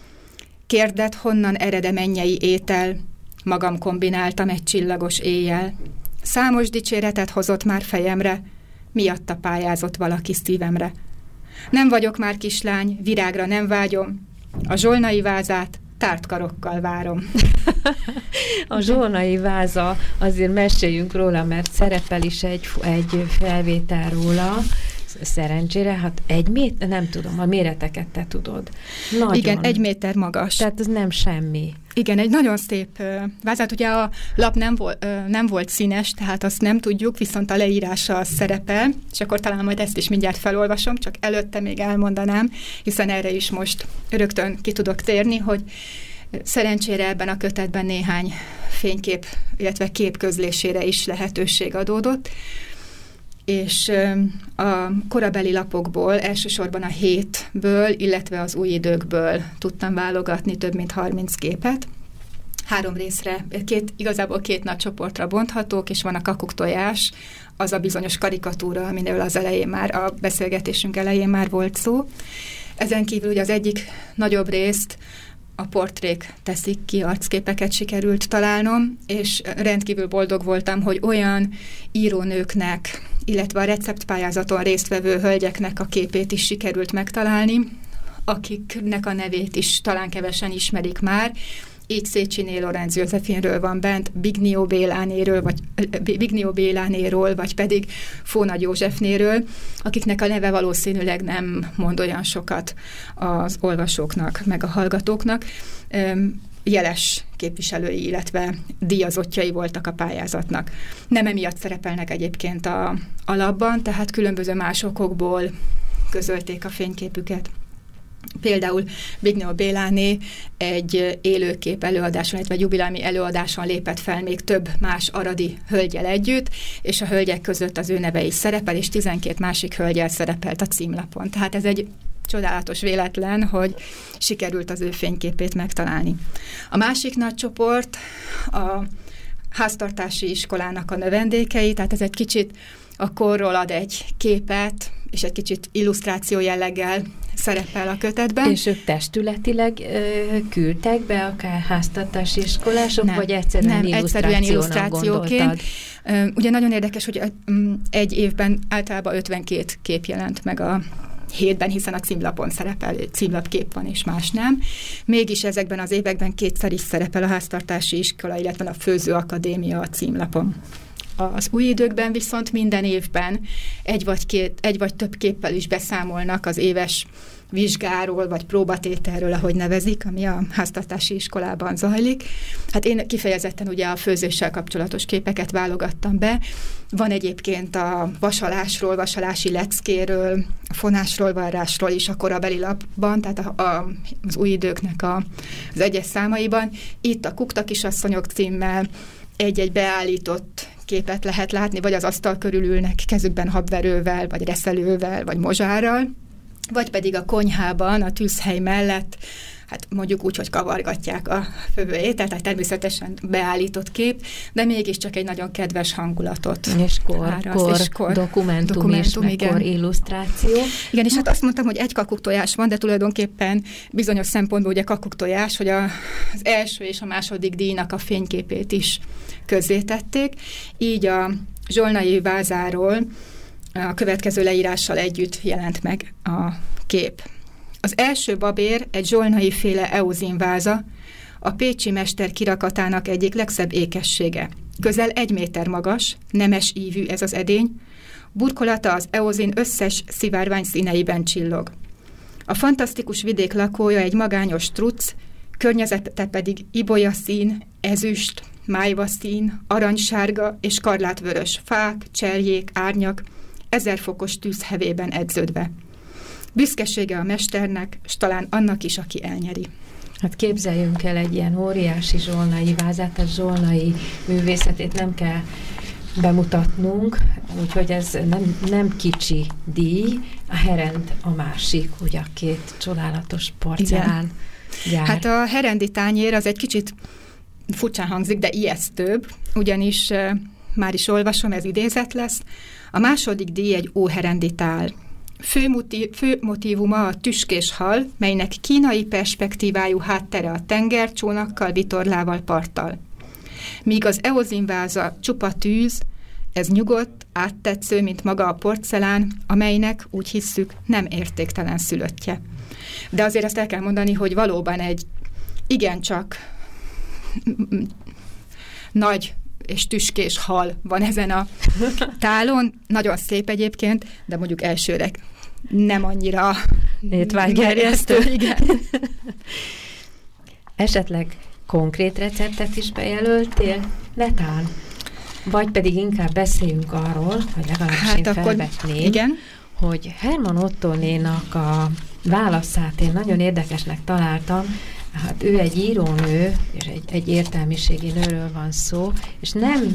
Kérded, honnan ered a mennyei étel, magam kombináltam egy csillagos éjjel. Számos dicséretet hozott már fejemre, miatta pályázott valaki szívemre. Nem vagyok már kislány, virágra nem vágyom, a zsolnai vázát tárt karokkal várom. A zsolnai váza, azért meséljünk róla, mert szerepel is egy, egy felvétel róla, szerencsére, hát egy méter, nem tudom, a méreteket te tudod. Nagyon. Igen, egy méter magas. Tehát ez nem semmi. Igen, egy nagyon szép uh, vázát, ugye a lap nem, vol, uh, nem volt színes, tehát azt nem tudjuk, viszont a leírása az szerepel, és akkor talán majd ezt is mindjárt felolvasom, csak előtte még elmondanám, hiszen erre is most rögtön ki tudok térni, hogy szerencsére ebben a kötetben néhány fénykép, illetve kép közlésére is lehetőség adódott, és a korabeli lapokból, elsősorban a hétből, illetve az új időkből tudtam válogatni több mint harminc képet. Három részre, két, igazából két nagy csoportra bonthatók, és van a kakuktojás, az a bizonyos karikatúra, amiről az elején már, a beszélgetésünk elején már volt szó. Ezen kívül ugye az egyik nagyobb részt a portrék teszik ki, arcképeket sikerült találnom, és rendkívül boldog voltam, hogy olyan írónőknek, illetve a receptpályázaton résztvevő hölgyeknek a képét is sikerült megtalálni, akiknek a nevét is talán kevesen ismerik már. Így Széchenyi Lorenz Józsefinről van bent, Bignió Bélánéről, vagy Bignió Bélánéről, vagy pedig Fónagy Józsefnéről, akiknek a neve valószínűleg nem mond olyan sokat az olvasóknak, meg a hallgatóknak. Jeles képviselői, illetve díjazottjai voltak a pályázatnak. Nem emiatt szerepelnek egyébként a, a labban, tehát különböző más okokból közölték a fényképüket. Például Bignió Béláné egy élőkép előadáson, illetve jubileumi előadáson lépett fel még több más aradi hölgyel együtt, és a hölgyek között az ő neve is szerepel, és tizenkét másik hölgyel szerepelt a címlapon. Tehát ez egy csodálatos véletlen, hogy sikerült az ő fényképét megtalálni. A másik nagy csoport a háztartási iskolának a növendékei, tehát ez egy kicsit a korról ad egy képet, és egy kicsit illusztráció jelleggel szerepel a kötetben. És ők testületileg ö, küldtek be akár háztartási iskolások, nem, vagy egyszerűen, nem, egyszerűen illusztrációként. Gondoltad? Ugye nagyon érdekes, hogy egy évben általában ötvenkét kép jelent meg a hétben, hiszen a címlapon szerepel, címlapkép van, és más nem. Mégis ezekben az években kétszer is szerepel a háztartási iskola, illetve a Főzőakadémia a címlapon. Az új időkben viszont minden évben egy vagy, két, egy vagy több képpel is beszámolnak az éves vizsgáról, vagy próbatételről, ahogy nevezik, ami a háztartási iskolában zajlik. Hát én kifejezetten ugye a főzéssel kapcsolatos képeket válogattam be. Van egyébként a vasalásról, vasalási leckéről, a fonásról, varrásról is a korabeli lapban, tehát a, a, az új időknek a, az egyes számaiban. Itt a Kukta kisasszonyok címmel egy-egy beállított képet lehet látni, vagy az asztal körül ülnek kezükben habverővel, vagy reszelővel, vagy mozsárral, vagy pedig a konyhában, a tűzhely mellett, hát mondjuk úgy, hogy kavargatják a fővő ételt, tehát természetesen beállított kép, de mégiscsak egy nagyon kedves hangulatot. És kor, kor, és kor dokumentum, dokumentum és kor illusztráció. Igen, és hát azt mondtam, hogy egy kakuktojás van, de tulajdonképpen bizonyos szempontból ugye kakuktojás, hogy a, az első és a második díjnak a fényképét is közzétették. Így a zsolnai vázáról a következő leírással együtt jelent meg a kép. Az első babér egy zsolnai féle eozin váza, a pécsi mester kirakatának egyik legszebb ékessége. Közel egy méter magas, nemes ívű ez az edény, burkolata az eozin összes szivárvány színeiben csillog. A fantasztikus vidék lakója egy magányos truc, környezete pedig ibolyaszín, ezüst, májvaszín, aranysárga és skarlátvörös fák, cserjék, árnyak, ezerfokos tűzhevében edződve. Büszkesége a mesternek, s talán annak is, aki elnyeri. Hát képzeljünk el egy ilyen óriási zsolnai vázát, tehát zsolnai művészetét nem kell bemutatnunk, úgyhogy ez nem, nem kicsi díj, a Herend a másik, ugye a két csodálatos porcelán gyár. Hát a herendi tányér az egy kicsit furcsán hangzik, de ijesztőbb, ugyanis uh, már is olvasom, ez idézet lesz. A második díj egy óherendi tál. Fő, motiv, fő motívuma a tüskés hal, melynek kínai perspektívájú háttere a tenger, csónakkal, vitorlával, parttal. Míg az eozin váza csupa tűz, ez nyugodt, áttetsző, mint maga a porcelán, amelynek, úgy hisszük, nem értéktelen szülöttje. De azért azt el kell mondani, hogy valóban egy igencsak nagy és tüskés hal van ezen a tálon. Nagyon szép egyébként, de mondjuk elsőre nem annyira étvágygerjesztő. Igen. Esetleg konkrét receptet is bejelöltél? Netán? Vagy pedig inkább beszéljünk arról, hogy legalábbis hát én akkor, felvetném, igen, hogy Hermann Ottónénak a válaszát én nagyon érdekesnek találtam. Hát ő egy írónő, és egy, egy értelmiségi nőről van szó, és nem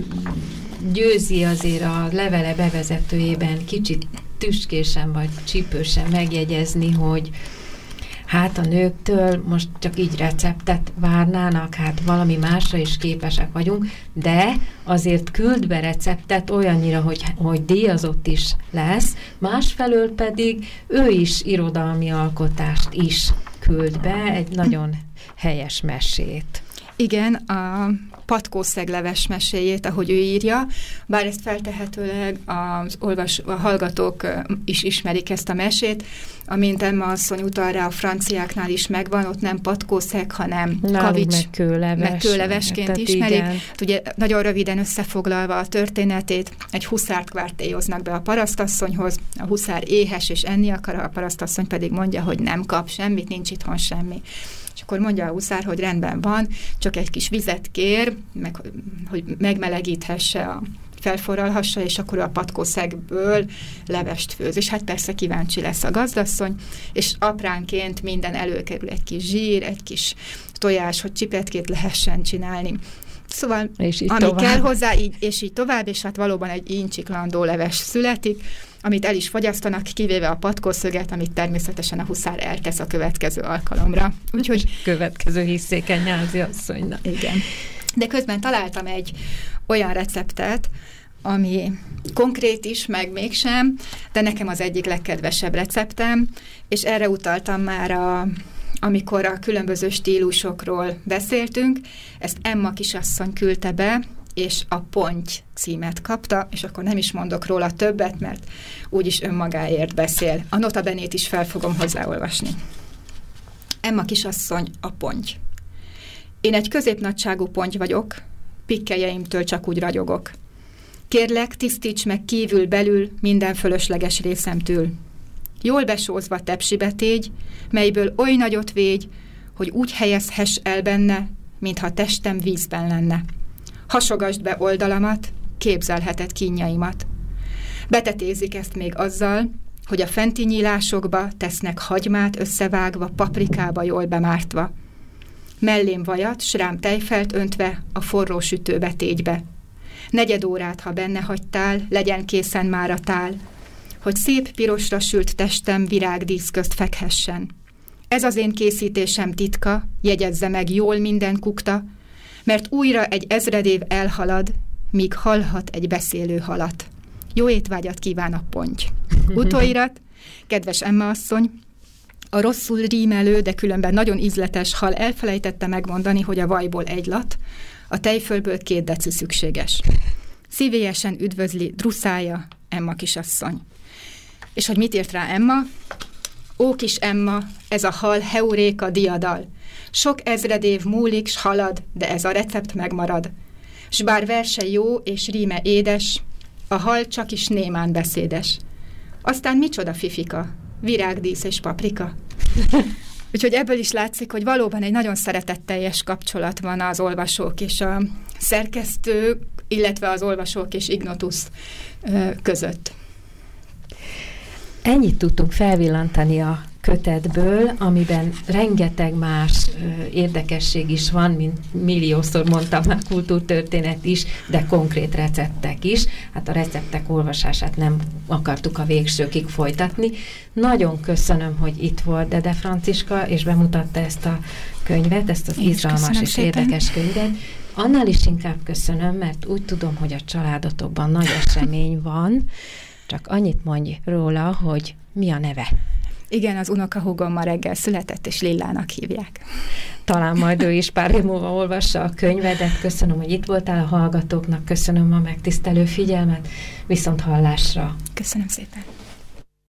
győzi azért a levele bevezetőjében kicsit tüskésen vagy csípősen megjegyezni, hogy hát a nőktől most csak így receptet várnának, hát valami másra is képesek vagyunk, de azért küld be receptet olyannyira, hogy, hogy díjazott is lesz, másfelől pedig ő is irodalmi alkotást is küld be, egy nagyon helyes mesét. Igen, a patkószegleves meséjét, ahogy ő írja, bár ezt feltehetőleg az olvas, a hallgatók is ismerik ezt a mesét, amint Emma asszony utal rá, a franciáknál is megvan, ott nem patkószeg, hanem kavics, meg kőleves, meg kőlevesként ismerik. Hát ugye nagyon röviden összefoglalva a történetét, egy huszárt kvártélyoznak be a parasztasszonyhoz, a huszár éhes és enni akar, a parasztasszony pedig mondja, hogy nem kap semmit, nincs itthon semmi. És akkor mondja a huszár, hogy rendben van, csak egy kis vizet kér, meg, hogy megmelegíthesse, a, felforralhassa, és akkor a patkószegből levest főz. És hát persze kíváncsi lesz a gazdasszony, és apránként minden előkerül, egy kis zsír, egy kis tojás, hogy csipetkét lehessen csinálni. Szóval, ami tovább kell hozzá, így, és így tovább, és hát valóban egy incsiklandó leves születik, amit el is fogyasztanak, kivéve a patkószöget, amit természetesen a huszár eltesz a következő alkalomra. Úgyhogy következő hiszékeny nyázi asszonynak. Igen. De közben találtam egy olyan receptet, ami konkrét is, meg mégsem, de nekem az egyik legkedvesebb receptem, és erre utaltam már a amikor a különböző stílusokról beszéltünk, ezt Emma kisasszony küldte be, és a Ponty címet kapta, és akkor nem is mondok róla többet, mert úgyis önmagáért beszél. A notabenét is fel fogom hozzáolvasni. Emma kisasszony, a ponty. Én egy középnagyságú ponty vagyok, pikkelyeimtől csak úgy ragyogok. Kérlek, tisztíts meg kívül-belül minden fölösleges részemtől. Jól besózva tepsibe tégy, melyből oly nagyot végy, hogy úgy helyezhess el benne, mintha testem vízben lenne. Hasogasd be oldalamat, képzelheted kínjaimat. Betetézik ezt még azzal, hogy a fenti nyílásokba tesznek hagymát összevágva, paprikába jól bemártva. Mellém vajat, s rám tejfelt öntve a forró sütőbe tégybe. Negyed órát, ha benne hagytál, legyen készen már a tál, hogy szép pirosra sült testem virágdísz közt fekhessen. Ez az én készítésem titka, jegyezze meg jól minden kukta, mert újra egy ezred év elhalad, míg hallhat egy beszélő halat. Jó étvágyat kíván a ponty. Utóirat, kedves Emma asszony, a rosszul rímelő, de különben nagyon ízletes hal elfelejtette megmondani, hogy a vajból egy lat, a tejfölből két deci szükséges. Szívélyesen üdvözli Druszája, Emma kisasszony. És hogy mit írt rá Emma? Ó kis Emma, ez a hal heuréka diadal. Sok ezred év múlik, s halad, de ez a recept megmarad. S bár verse jó és ríme édes, a hal csak is némán beszédes. Aztán micsoda fifika, virágdísz és paprika. Úgyhogy ebből is látszik, hogy valóban egy nagyon szeretetteljes kapcsolat van az olvasók és a szerkesztő, illetve az olvasók és Ignotus között. Ennyit tudtunk felvillantani a kötetből, amiben rengeteg más ö, érdekesség is van, mint milliószor mondtam már, kultúrtörténet is, de konkrét receptek is. Hát a receptek olvasását nem akartuk a végsőkig folytatni. Nagyon köszönöm, hogy itt volt Dede Franciska, és bemutatta ezt a könyvet, ezt az Én izgalmas és szépen. érdekes könyvet. Annál is inkább köszönöm, mert úgy tudom, hogy a családotokban nagy esemény van, csak annyit mondj róla, hogy mi a neve. Igen, az unokahúgom ma reggel született, és Lillának hívják. Talán majd ő is pár év múlva olvassa a könyvedet. Köszönöm, hogy itt voltál, a hallgatóknak. Köszönöm a megtisztelő figyelmet. Viszont hallásra. Köszönöm szépen.